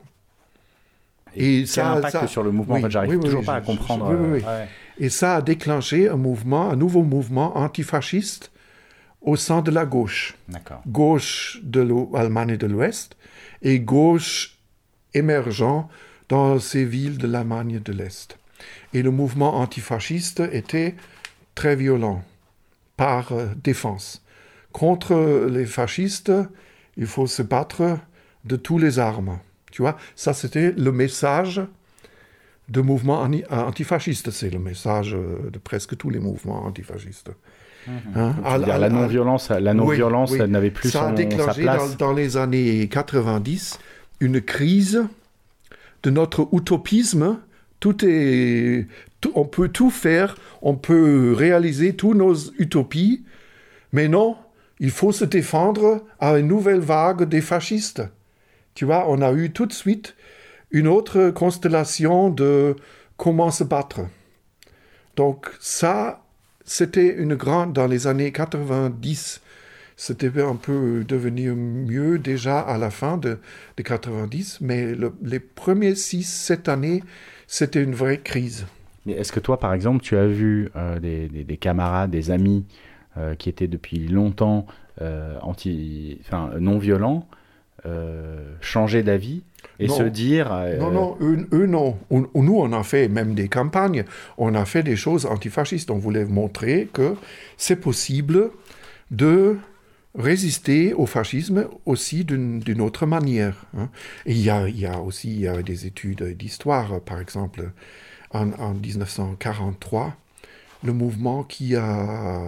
Et, et ça, quel impact ça, sur le mouvement? Oui, en fait, j'arrive oui, oui, toujours oui, pas je, à comprendre. Je, oui, oui, oui. Euh, ouais. Et ça a déclenché un mouvement, un nouveau mouvement antifasciste au sein de la gauche. D'accord. Gauche de l'Allemagne de l'Ouest et gauche émergent dans ces villes de l'Allemagne de l'Est. Et le mouvement antifasciste était très violent, par euh, défense. Contre les fascistes, il faut se battre de toutes les armes. Tu vois, ça c'était le message de mouvement antifasciste. C'est le message de presque tous les mouvements antifascistes. Mmh. Hein? À, dire, à, la non-violence, la non-violence oui, oui. n'avait plus ça son, a déclenché sa place. Dans, dans les années quatre-vingt-dix une crise de notre utopisme. Tout est, tout, on peut tout faire, on peut réaliser toutes nos utopies, mais non, il faut se défendre à une nouvelle vague des fascistes. Tu vois, on a eu tout de suite une autre constellation de comment se battre. Donc ça, c'était une grande, dans les années quatre-vingt-dix, c'était un peu devenu mieux déjà à la fin de, de quatre-vingt-dix, mais le, les premiers six, sept années, c'était une vraie crise. Mais est-ce que toi, par exemple, tu as vu euh, des, des, des camarades, des amis euh, qui étaient depuis longtemps euh, anti, enfin, non-violents euh, changer d'avis et non. se dire... Euh, non, non, eux, eux non. On, nous, on a fait même des campagnes, on a fait des choses antifascistes. On voulait montrer que c'est possible de résister au fascisme aussi d'une, d'une autre manière. Hein. Et il y a, il y a aussi il y a des études d'histoire, par exemple, en, en dix-neuf cent quarante-trois, le mouvement qui a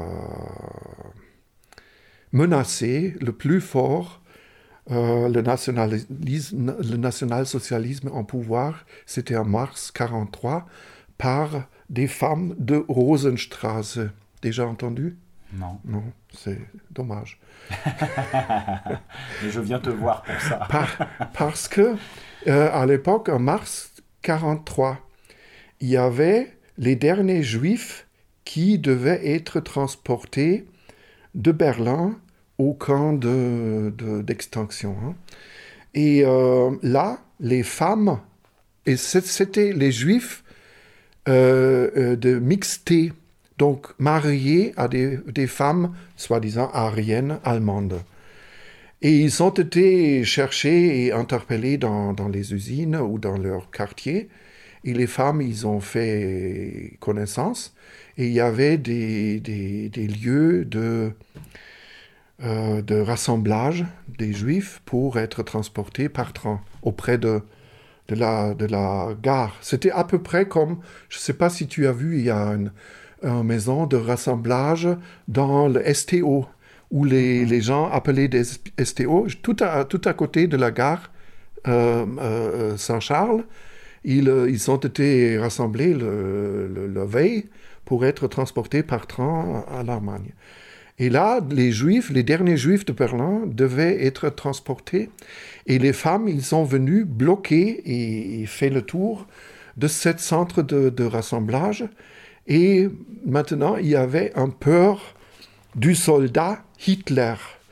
menacé le plus fort euh, le, nationalisme, le national-socialisme en pouvoir, c'était en mars quarante-trois, par des femmes de Rosenstraße. Déjà entendu? Non. Non, c'est dommage. Mais je viens te voir pour ça. Par, parce que, euh, à l'époque, en mars quarante-trois, il y avait les derniers juifs qui devaient être transportés de Berlin au camp de, de, d'extinction. Hein. Et euh, là, les femmes, et c'était les juifs euh, de mixité, donc mariés à des, des femmes, soi-disant aryennes, allemandes. Et ils ont été cherchés et interpellés dans, dans les usines ou dans leur quartier. Et les femmes, ils ont fait connaissance. Et il y avait des, des, des lieux de, euh, de rassemblage des Juifs pour être transportés par train auprès de, de, la, de la gare. C'était à peu près comme, je ne sais pas si tu as vu, il y a une, une maison de rassemblage dans le S T O, où les, les gens appelés des S T O, tout à, tout à côté de la gare euh, euh, Saint-Charles. Ils, ils ont été rassemblés le, le, le veille pour être transportés par train à l'Allemagne. Et là, les Juifs, les derniers Juifs de Berlin devaient être transportés. Et les femmes, ils sont venus bloquer et, et fait le tour de ce centre de, de rassemblage. Et maintenant, il y avait un peur du soldat Hitler.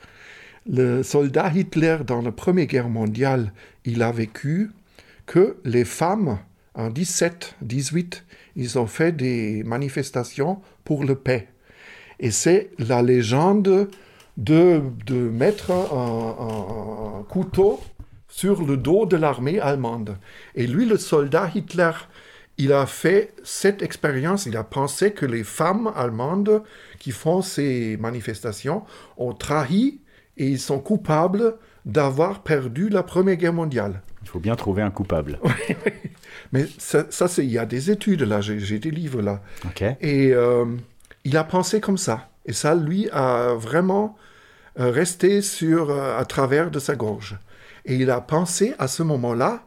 Le soldat Hitler, dans la Première Guerre mondiale, il a vécu que les femmes, en dix-sept, dix-huit, ils ont fait des manifestations pour la paix. Et c'est la légende de, de mettre un, un, un couteau sur le dos de l'armée allemande. Et lui, le soldat Hitler, il a fait cette expérience, il a pensé que les femmes allemandes qui font ces manifestations ont trahi et ils sont coupables d'avoir perdu la Première Guerre mondiale. Il faut bien trouver un coupable. Oui, oui. Mais ça, ça c'est, il y a des études là, j'ai, j'ai des livres là. Okay. Et euh, il a pensé comme ça. Et ça, lui, a vraiment euh, resté sur, euh, à travers de sa gorge. Et il a pensé à ce moment-là,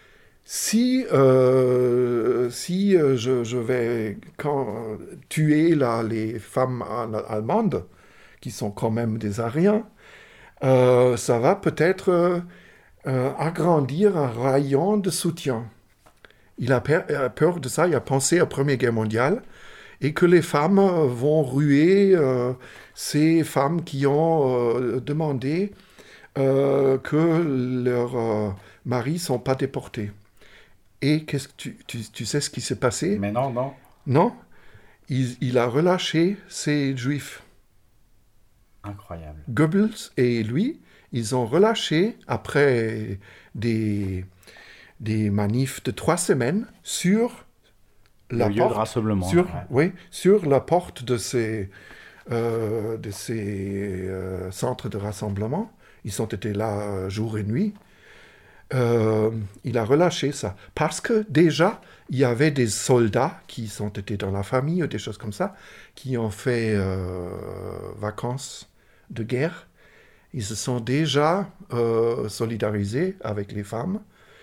si, euh, si euh, je, je vais quand, euh, tuer là, les femmes allemandes, qui sont quand même des Aryens, euh, ça va peut-être euh, euh, agrandir un rayon de soutien. Il a peur de ça, il a pensé à la Première Guerre mondiale, et que les femmes vont ruer euh, ces femmes qui ont euh, demandé euh, que leurs euh, maris ne sont pas déportés. Et qu'est-ce que tu, tu, tu sais ce qui s'est passé? Mais non, non. Non, il, il a relâché ces Juifs. Incroyable. Goebbels et lui, ils ont relâché après des, des manifs de trois semaines sur la le lieu porte, de rassemblement. sur, ouais. oui, sur la porte de ces, euh, de ces euh, centres de rassemblement. Ils ont été là euh, jour et nuit. Euh, il a relâché ça. Parce que déjà, il y avait des soldats qui sont été dans la famille ou des choses comme ça, qui ont fait euh, vacances de guerre. Ils se sont déjà euh, solidarisés avec les femmes.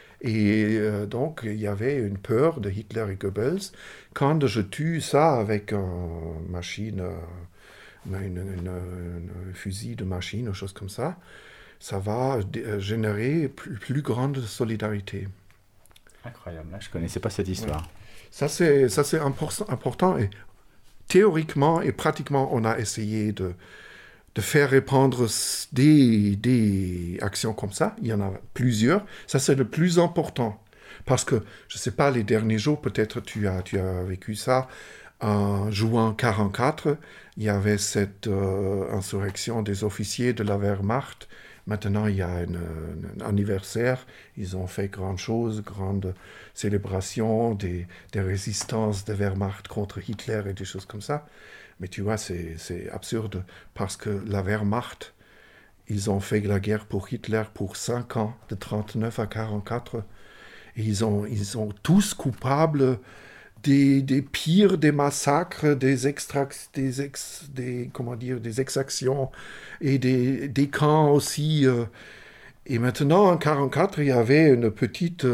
Et euh, donc, il y avait une peur de Hitler et Goebbels. Quand je tue ça avec une machine, euh, une, une, une, une fusil de machine, ou chose comme ça, ça va d- générer plus, plus grande solidarité. Incroyable, là, je ne connaissais pas cette histoire. Ouais. Ça, c'est, ça, c'est impor- important. Et théoriquement et pratiquement, on a essayé de, de faire répandre des, des actions comme ça. Il y en a plusieurs. Ça, c'est le plus important. Parce que, je ne sais pas, les derniers jours, peut-être tu as, tu as vécu ça. En juin quarante-quatre, il y avait cette euh, insurrection des officiers de la Wehrmacht. Maintenant, il y a un anniversaire. Ils ont fait grande chose, grande célébration des, des résistances de Wehrmacht contre Hitler et des choses comme ça. Mais tu vois, c'est, c'est absurde parce que la Wehrmacht, ils ont fait la guerre pour Hitler pour cinq ans, de trente-neuf à quarante-quatre. Et ils ont, ils sont tous coupables des, des pires des massacres, des extrac, des, ex, des, comment dire, des exactions et des, des camps aussi. Euh. Et maintenant, en quarante-quatre, il y avait une petite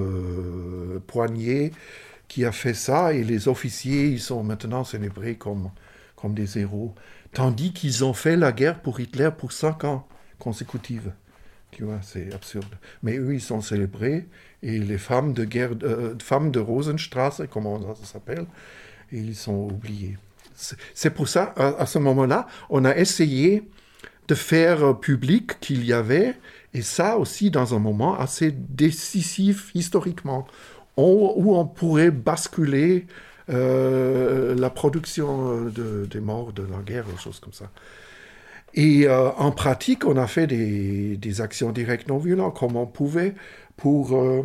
euh, poignée qui a fait ça et les officiers, ils sont maintenant célébrés comme, comme des héros. Tandis qu'ils ont fait la guerre pour Hitler pour cinq ans consécutifs. Tu vois, c'est absurde. Mais eux, ils sont célébrés. Et les femmes de guerre, euh, femmes de Rosenstrasse, comment ça s'appelle, ils sont oubliés. C'est, c'est pour ça, à, à ce moment-là, on a essayé de faire public qu'il y avait, et ça aussi dans un moment assez décisif historiquement, on, où on pourrait basculer euh, la production de, des morts de la guerre, des choses comme ça. Et euh, en pratique, on a fait des, des actions directes non violentes comme on pouvait pour euh,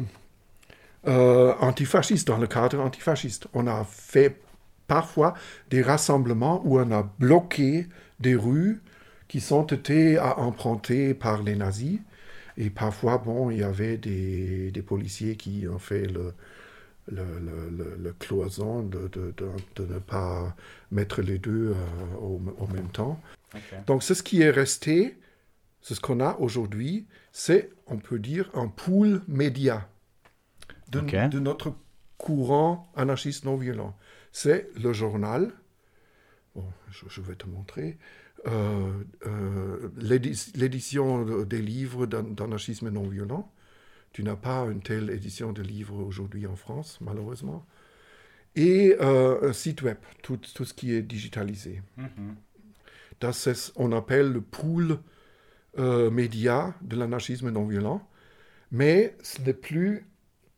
euh, antifascistes, dans le cadre antifasciste. On a fait parfois des rassemblements où on a bloqué des rues qui sont été empruntées par les nazis. Et parfois, bon, il y avait des, des policiers qui ont fait le, le, le, le, le cloison de, de, de, de ne pas mettre les deux euh, au, au même temps. Okay. Donc, c'est ce qui est resté, c'est ce qu'on a aujourd'hui, c'est, on peut dire, un pool média de, okay. de notre courant anarchiste non violent. C'est le journal, bon, je, je vais te montrer, euh, euh, l'édi- l'édition des livres d'an- d'anarchisme non violent. Tu n'as pas une telle édition de livres aujourd'hui en France, malheureusement. Et euh, un site web, tout, tout ce qui est digitalisé. Mm-hmm. Das ist, on appelle le pool euh, média de l'anarchisme non violent, mais ce n'est plus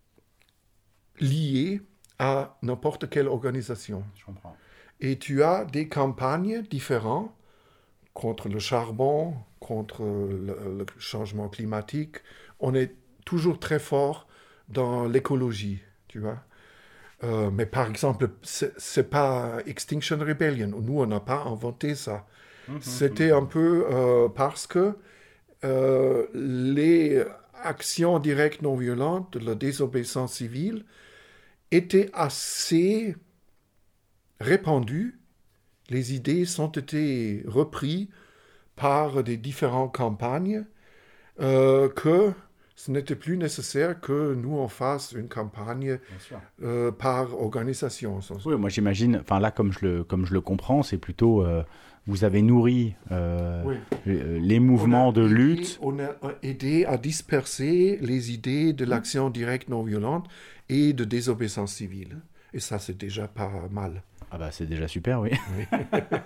lié à n'importe quelle organisation. Je comprends. Et tu as des campagnes différentes contre le charbon, contre le, le changement climatique. On est toujours très fort dans l'écologie, tu vois. Euh, mais par exemple, c'est, c'est pas Extinction Rebellion. Nous, on n'a pas inventé ça. Mmh, C'était mmh. un peu euh, parce que euh, les actions directes non violentes de la désobéissance civile étaient assez répandues. Les idées sont été reprises par des différentes campagnes euh, que ce n'était plus nécessaire que nous, on fasse une campagne euh, par organisation. Oui, moi j'imagine, enfin là, comme je le, comme je le comprends, c'est plutôt, euh, vous avez nourri euh, oui. les mouvements de aidé, lutte. On a aidé à disperser les idées de l'action directe non violente et de désobéissance civile. Et ça, c'est déjà pas mal. Ah bah c'est déjà super, oui. oui.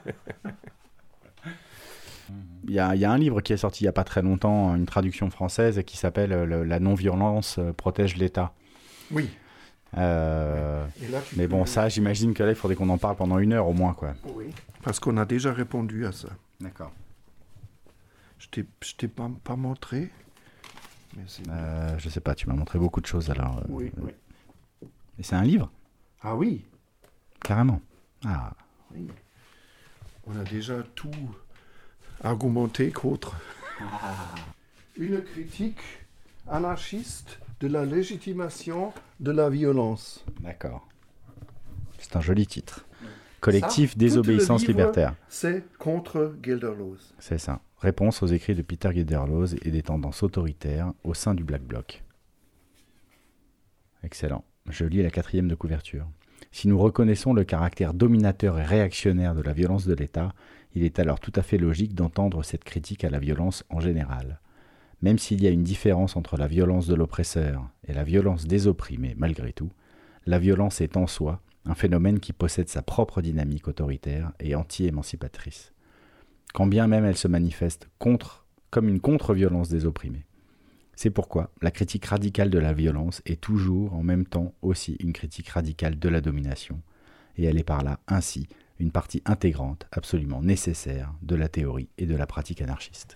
Il y, a, il y a un livre qui est sorti il n'y a pas très longtemps, une traduction française qui s'appelle « La non-violence protège l'État ». Oui. Euh, là, mais bon, ça, j'imagine que là, il faudrait qu'on en parle pendant une heure au moins, quoi. Oui, parce qu'on a déjà répondu à ça. D'accord. Je t'ai, je t'ai pas, pas montré, mais c'est... Euh, je sais pas, tu m'as montré beaucoup de choses, alors... Euh, oui, oui. Et c'est un livre ? Ah oui. Carrément. Ah. Oui. On a déjà tout... argumenté contre. Ah. Une critique anarchiste de la légitimation de la violence. D'accord. C'est un joli titre. Collectif ça, désobéissance libertaire. C'est contre Gelderloos. C'est ça. Réponse aux écrits de Peter Gelderloos et des tendances autoritaires au sein du Black Bloc. Excellent. Je lis la quatrième de couverture. Si nous reconnaissons le caractère dominateur et réactionnaire de la violence de l'État, il est alors tout à fait logique d'entendre cette critique à la violence en général. Même s'il y a une différence entre la violence de l'oppresseur et la violence des opprimés, malgré tout, la violence est en soi un phénomène qui possède sa propre dynamique autoritaire et anti-émancipatrice, quand bien même elle se manifeste contre, comme une contre-violence des opprimés. C'est pourquoi la critique radicale de la violence est toujours en même temps aussi une critique radicale de la domination, et elle est par là ainsi une partie intégrante, absolument nécessaire, de la théorie et de la pratique anarchiste.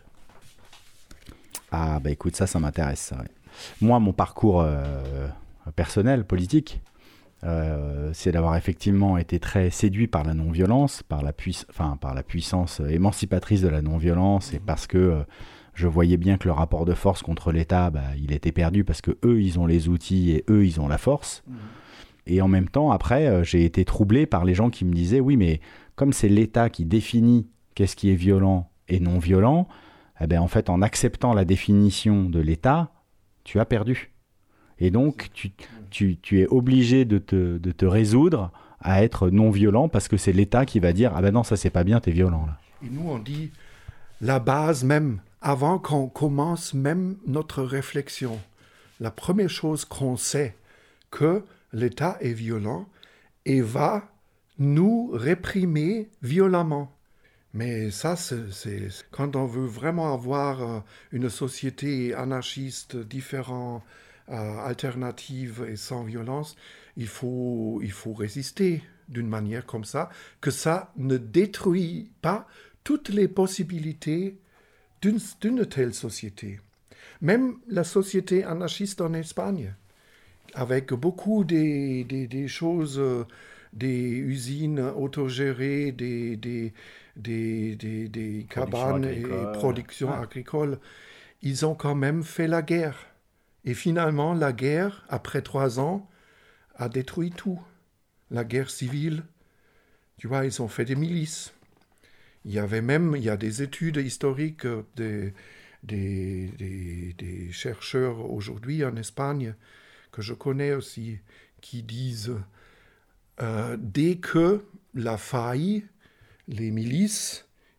Ah bah écoute, ça, ça m'intéresse, ça, ouais. Moi, mon parcours euh, personnel, politique, euh, c'est d'avoir effectivement été très séduit par la non-violence, par la, puiss- enfin, par la puissance émancipatrice de la non-violence, et parce que euh, je voyais bien que le rapport de force contre l'État, bah, il était perdu parce que eux, ils ont les outils et eux, ils ont la force. Mmh. Et en même temps, après, euh, j'ai été troublé par les gens qui me disaient « Oui, mais comme c'est l'État qui définit qu'est-ce qui est violent et non violent, eh ben, en fait, en acceptant la définition de l'État, tu as perdu. Et donc, tu, tu, tu es obligé de te, de te résoudre à être non violent parce que c'est l'État qui va dire « Ah ben non, ça c'est pas bien, t'es violent. » là. Et nous, on dit la base même, avant qu'on commence même notre réflexion, la première chose qu'on sait, que l'État est violent et va nous réprimer violemment. Mais ça, c'est, c'est quand on veut vraiment avoir euh, une société anarchiste différente, euh, alternative et sans violence, il faut, il faut résister d'une manière comme ça, que ça ne détruit pas toutes les possibilités d'une, d'une telle société. Même la société anarchiste en Espagne, avec beaucoup des, des, des choses, euh, des usines autogérées, des, des, des, des, des cabanes et production ah. agricole, ils ont quand même fait la guerre. Et finalement, la guerre, après trois ans, a détruit tout. La guerre civile, tu vois, ils ont fait des milices. Il y avait même, il y a des études historiques des, des, des, des chercheurs aujourd'hui en Espagne, que je connais aussi, qui disent euh, dès que la faille, les milices,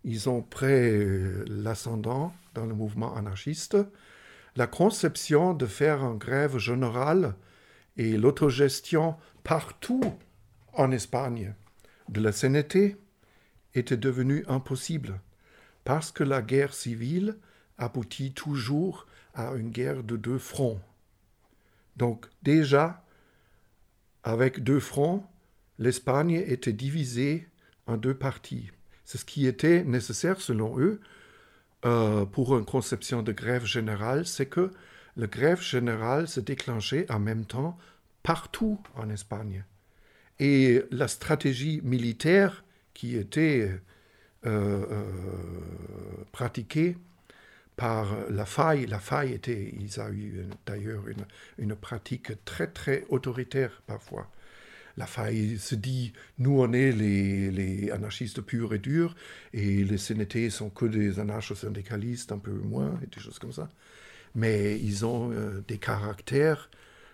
ils ont pris l'ascendant dans le mouvement anarchiste. La conception de faire une grève générale et l'autogestion partout en Espagne de la C N T était devenue impossible parce que la guerre civile aboutit toujours à une guerre de deux fronts. Donc déjà, avec deux fronts, l'Espagne était divisée en deux parties. C'est ce qui était nécessaire, selon eux, euh, pour une conception de grève générale, c'est que la grève générale se déclenchait en même temps partout en Espagne. Et la stratégie militaire qui était euh, euh, pratiquée par la faille, la faille était, ils ont eu d'ailleurs une, une pratique très très autoritaire parfois. La faille se dit, nous on est les, les anarchistes purs et durs, et les C N T sont que des anarcho-syndicalistes, un peu moins, et des choses comme ça. Mais ils ont euh, des caractères.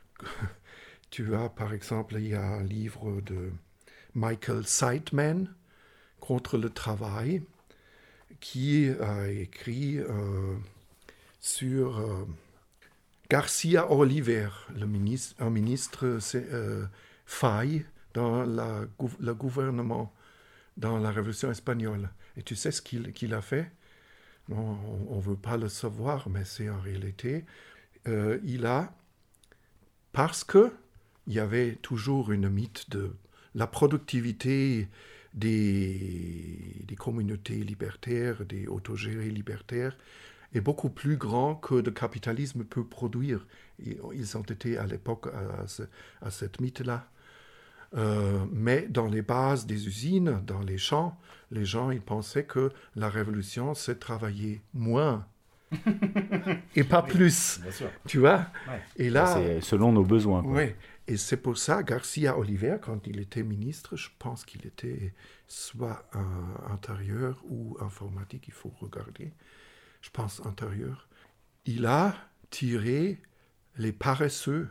Tu vois, par exemple, il y a un livre de Michael Seitzman, Contre le travail, qui a écrit euh, sur euh, Garcia Oliver, le ministre, un ministre euh, faille dans la, le gouvernement, dans la Révolution espagnole. Et tu sais ce qu'il, qu'il a fait? Non, on ne veut pas le savoir, mais c'est en réalité. Euh, il a, parce qu'il y avait toujours une mythe de la productivité des, des communautés libertaires, des autogérés libertaires, est beaucoup plus grand que le capitalisme peut produire. Et ils ont été à l'époque à, ce, à cette mythe-là. Euh, mais dans les bases des usines, dans les champs, les gens ils pensaient que la révolution, c'est travailler moins et pas oui, plus. Tu vois ouais. Et là, c'est selon nos besoins. Oui. Et c'est pour ça, Garcia Oliver, quand il était ministre, je pense qu'il était soit un intérieur ou informatique, il faut regarder. Je pense intérieur. Il a tiré les paresseux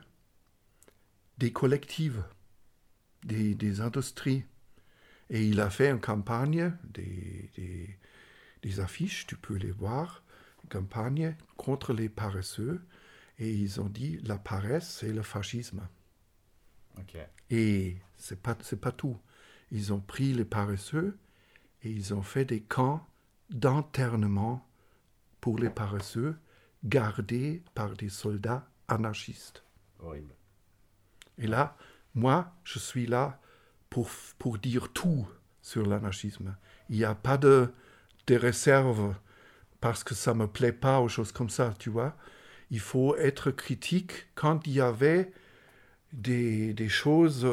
des collectives, des, des industries. Et il a fait une campagne, des, des, des affiches, tu peux les voir, une campagne contre les paresseux. Et ils ont dit, la paresse, c'est le fascisme. Okay. Et ce n'est pas, c'est pas tout. Ils ont pris les paresseux et ils ont fait des camps d'internement pour les paresseux, gardés par des soldats anarchistes. Horrible. Et là, moi, je suis là pour, pour dire tout sur l'anarchisme. Il n'y a pas de, de réserve parce que ça ne me plaît pas ou choses comme ça, tu vois. Il faut être critique quand il y avait des, des choses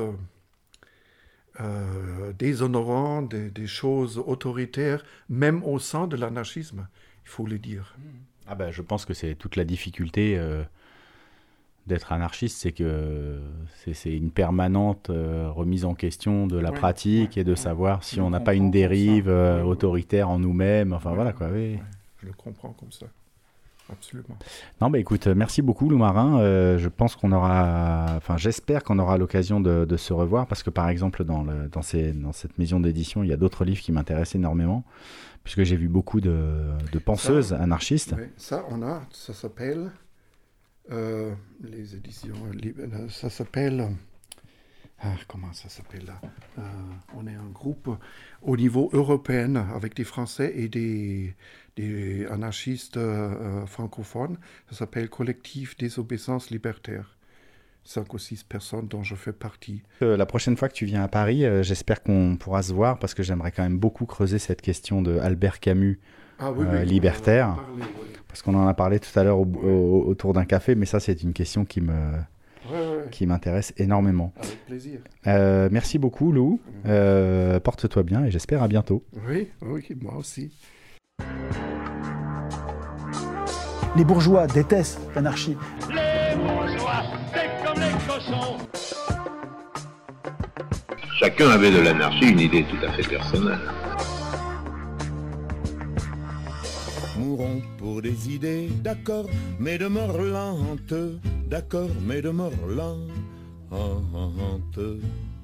euh, déshonorantes, des, des choses autoritaires, même au sein de l'anarchisme, il faut le dire. Ah ben, je pense que c'est toute la difficulté euh, d'être anarchiste, c'est que c'est, c'est une permanente euh, remise en question de la ouais, pratique ouais, et de ouais, savoir si on n'a pas une dérive euh, ouais, autoritaire ouais. en nous-mêmes. Enfin ouais, voilà quoi. Oui. Ouais, je le comprends comme ça. Absolument. Non, bah écoute, merci beaucoup, Lou Marin. Euh, je pense qu'on aura, enfin, j'espère qu'on aura l'occasion de, de se revoir parce que, par exemple, dans, le, dans, ces, dans cette maison d'édition, il y a d'autres livres qui m'intéressent énormément puisque j'ai vu beaucoup de, de penseuses ça, anarchistes. Oui, ça, on a, ça s'appelle, euh, les éditions, ça s'appelle. Ah, comment ça s'appelle là euh, On est un groupe au niveau européen avec des Français et des, des anarchistes euh, francophones. Ça s'appelle Collectif Désobéissance Libertaire. Cinq ou six personnes dont je fais partie. Euh, la prochaine fois que tu viens à Paris, euh, j'espère qu'on pourra se voir parce que j'aimerais quand même beaucoup creuser cette question de Albert Camus ah, oui, euh, oui, libertaire. Parler, oui. Parce qu'on en a parlé tout à l'heure au, au, autour d'un café, mais ça c'est une question qui me... Ouais, ouais. qui m'intéresse énormément. Avec plaisir. Euh, merci beaucoup, Lou. Euh, porte-toi bien et j'espère à bientôt. Oui, oui, moi aussi. Les bourgeois détestent l'anarchie. Les bourgeois, c'est comme les cochons. Chacun avait de l'anarchie une idée tout à fait personnelle. Mourons pour des idées, d'accord, mais de mort lente, d'accord, mais de mort lente.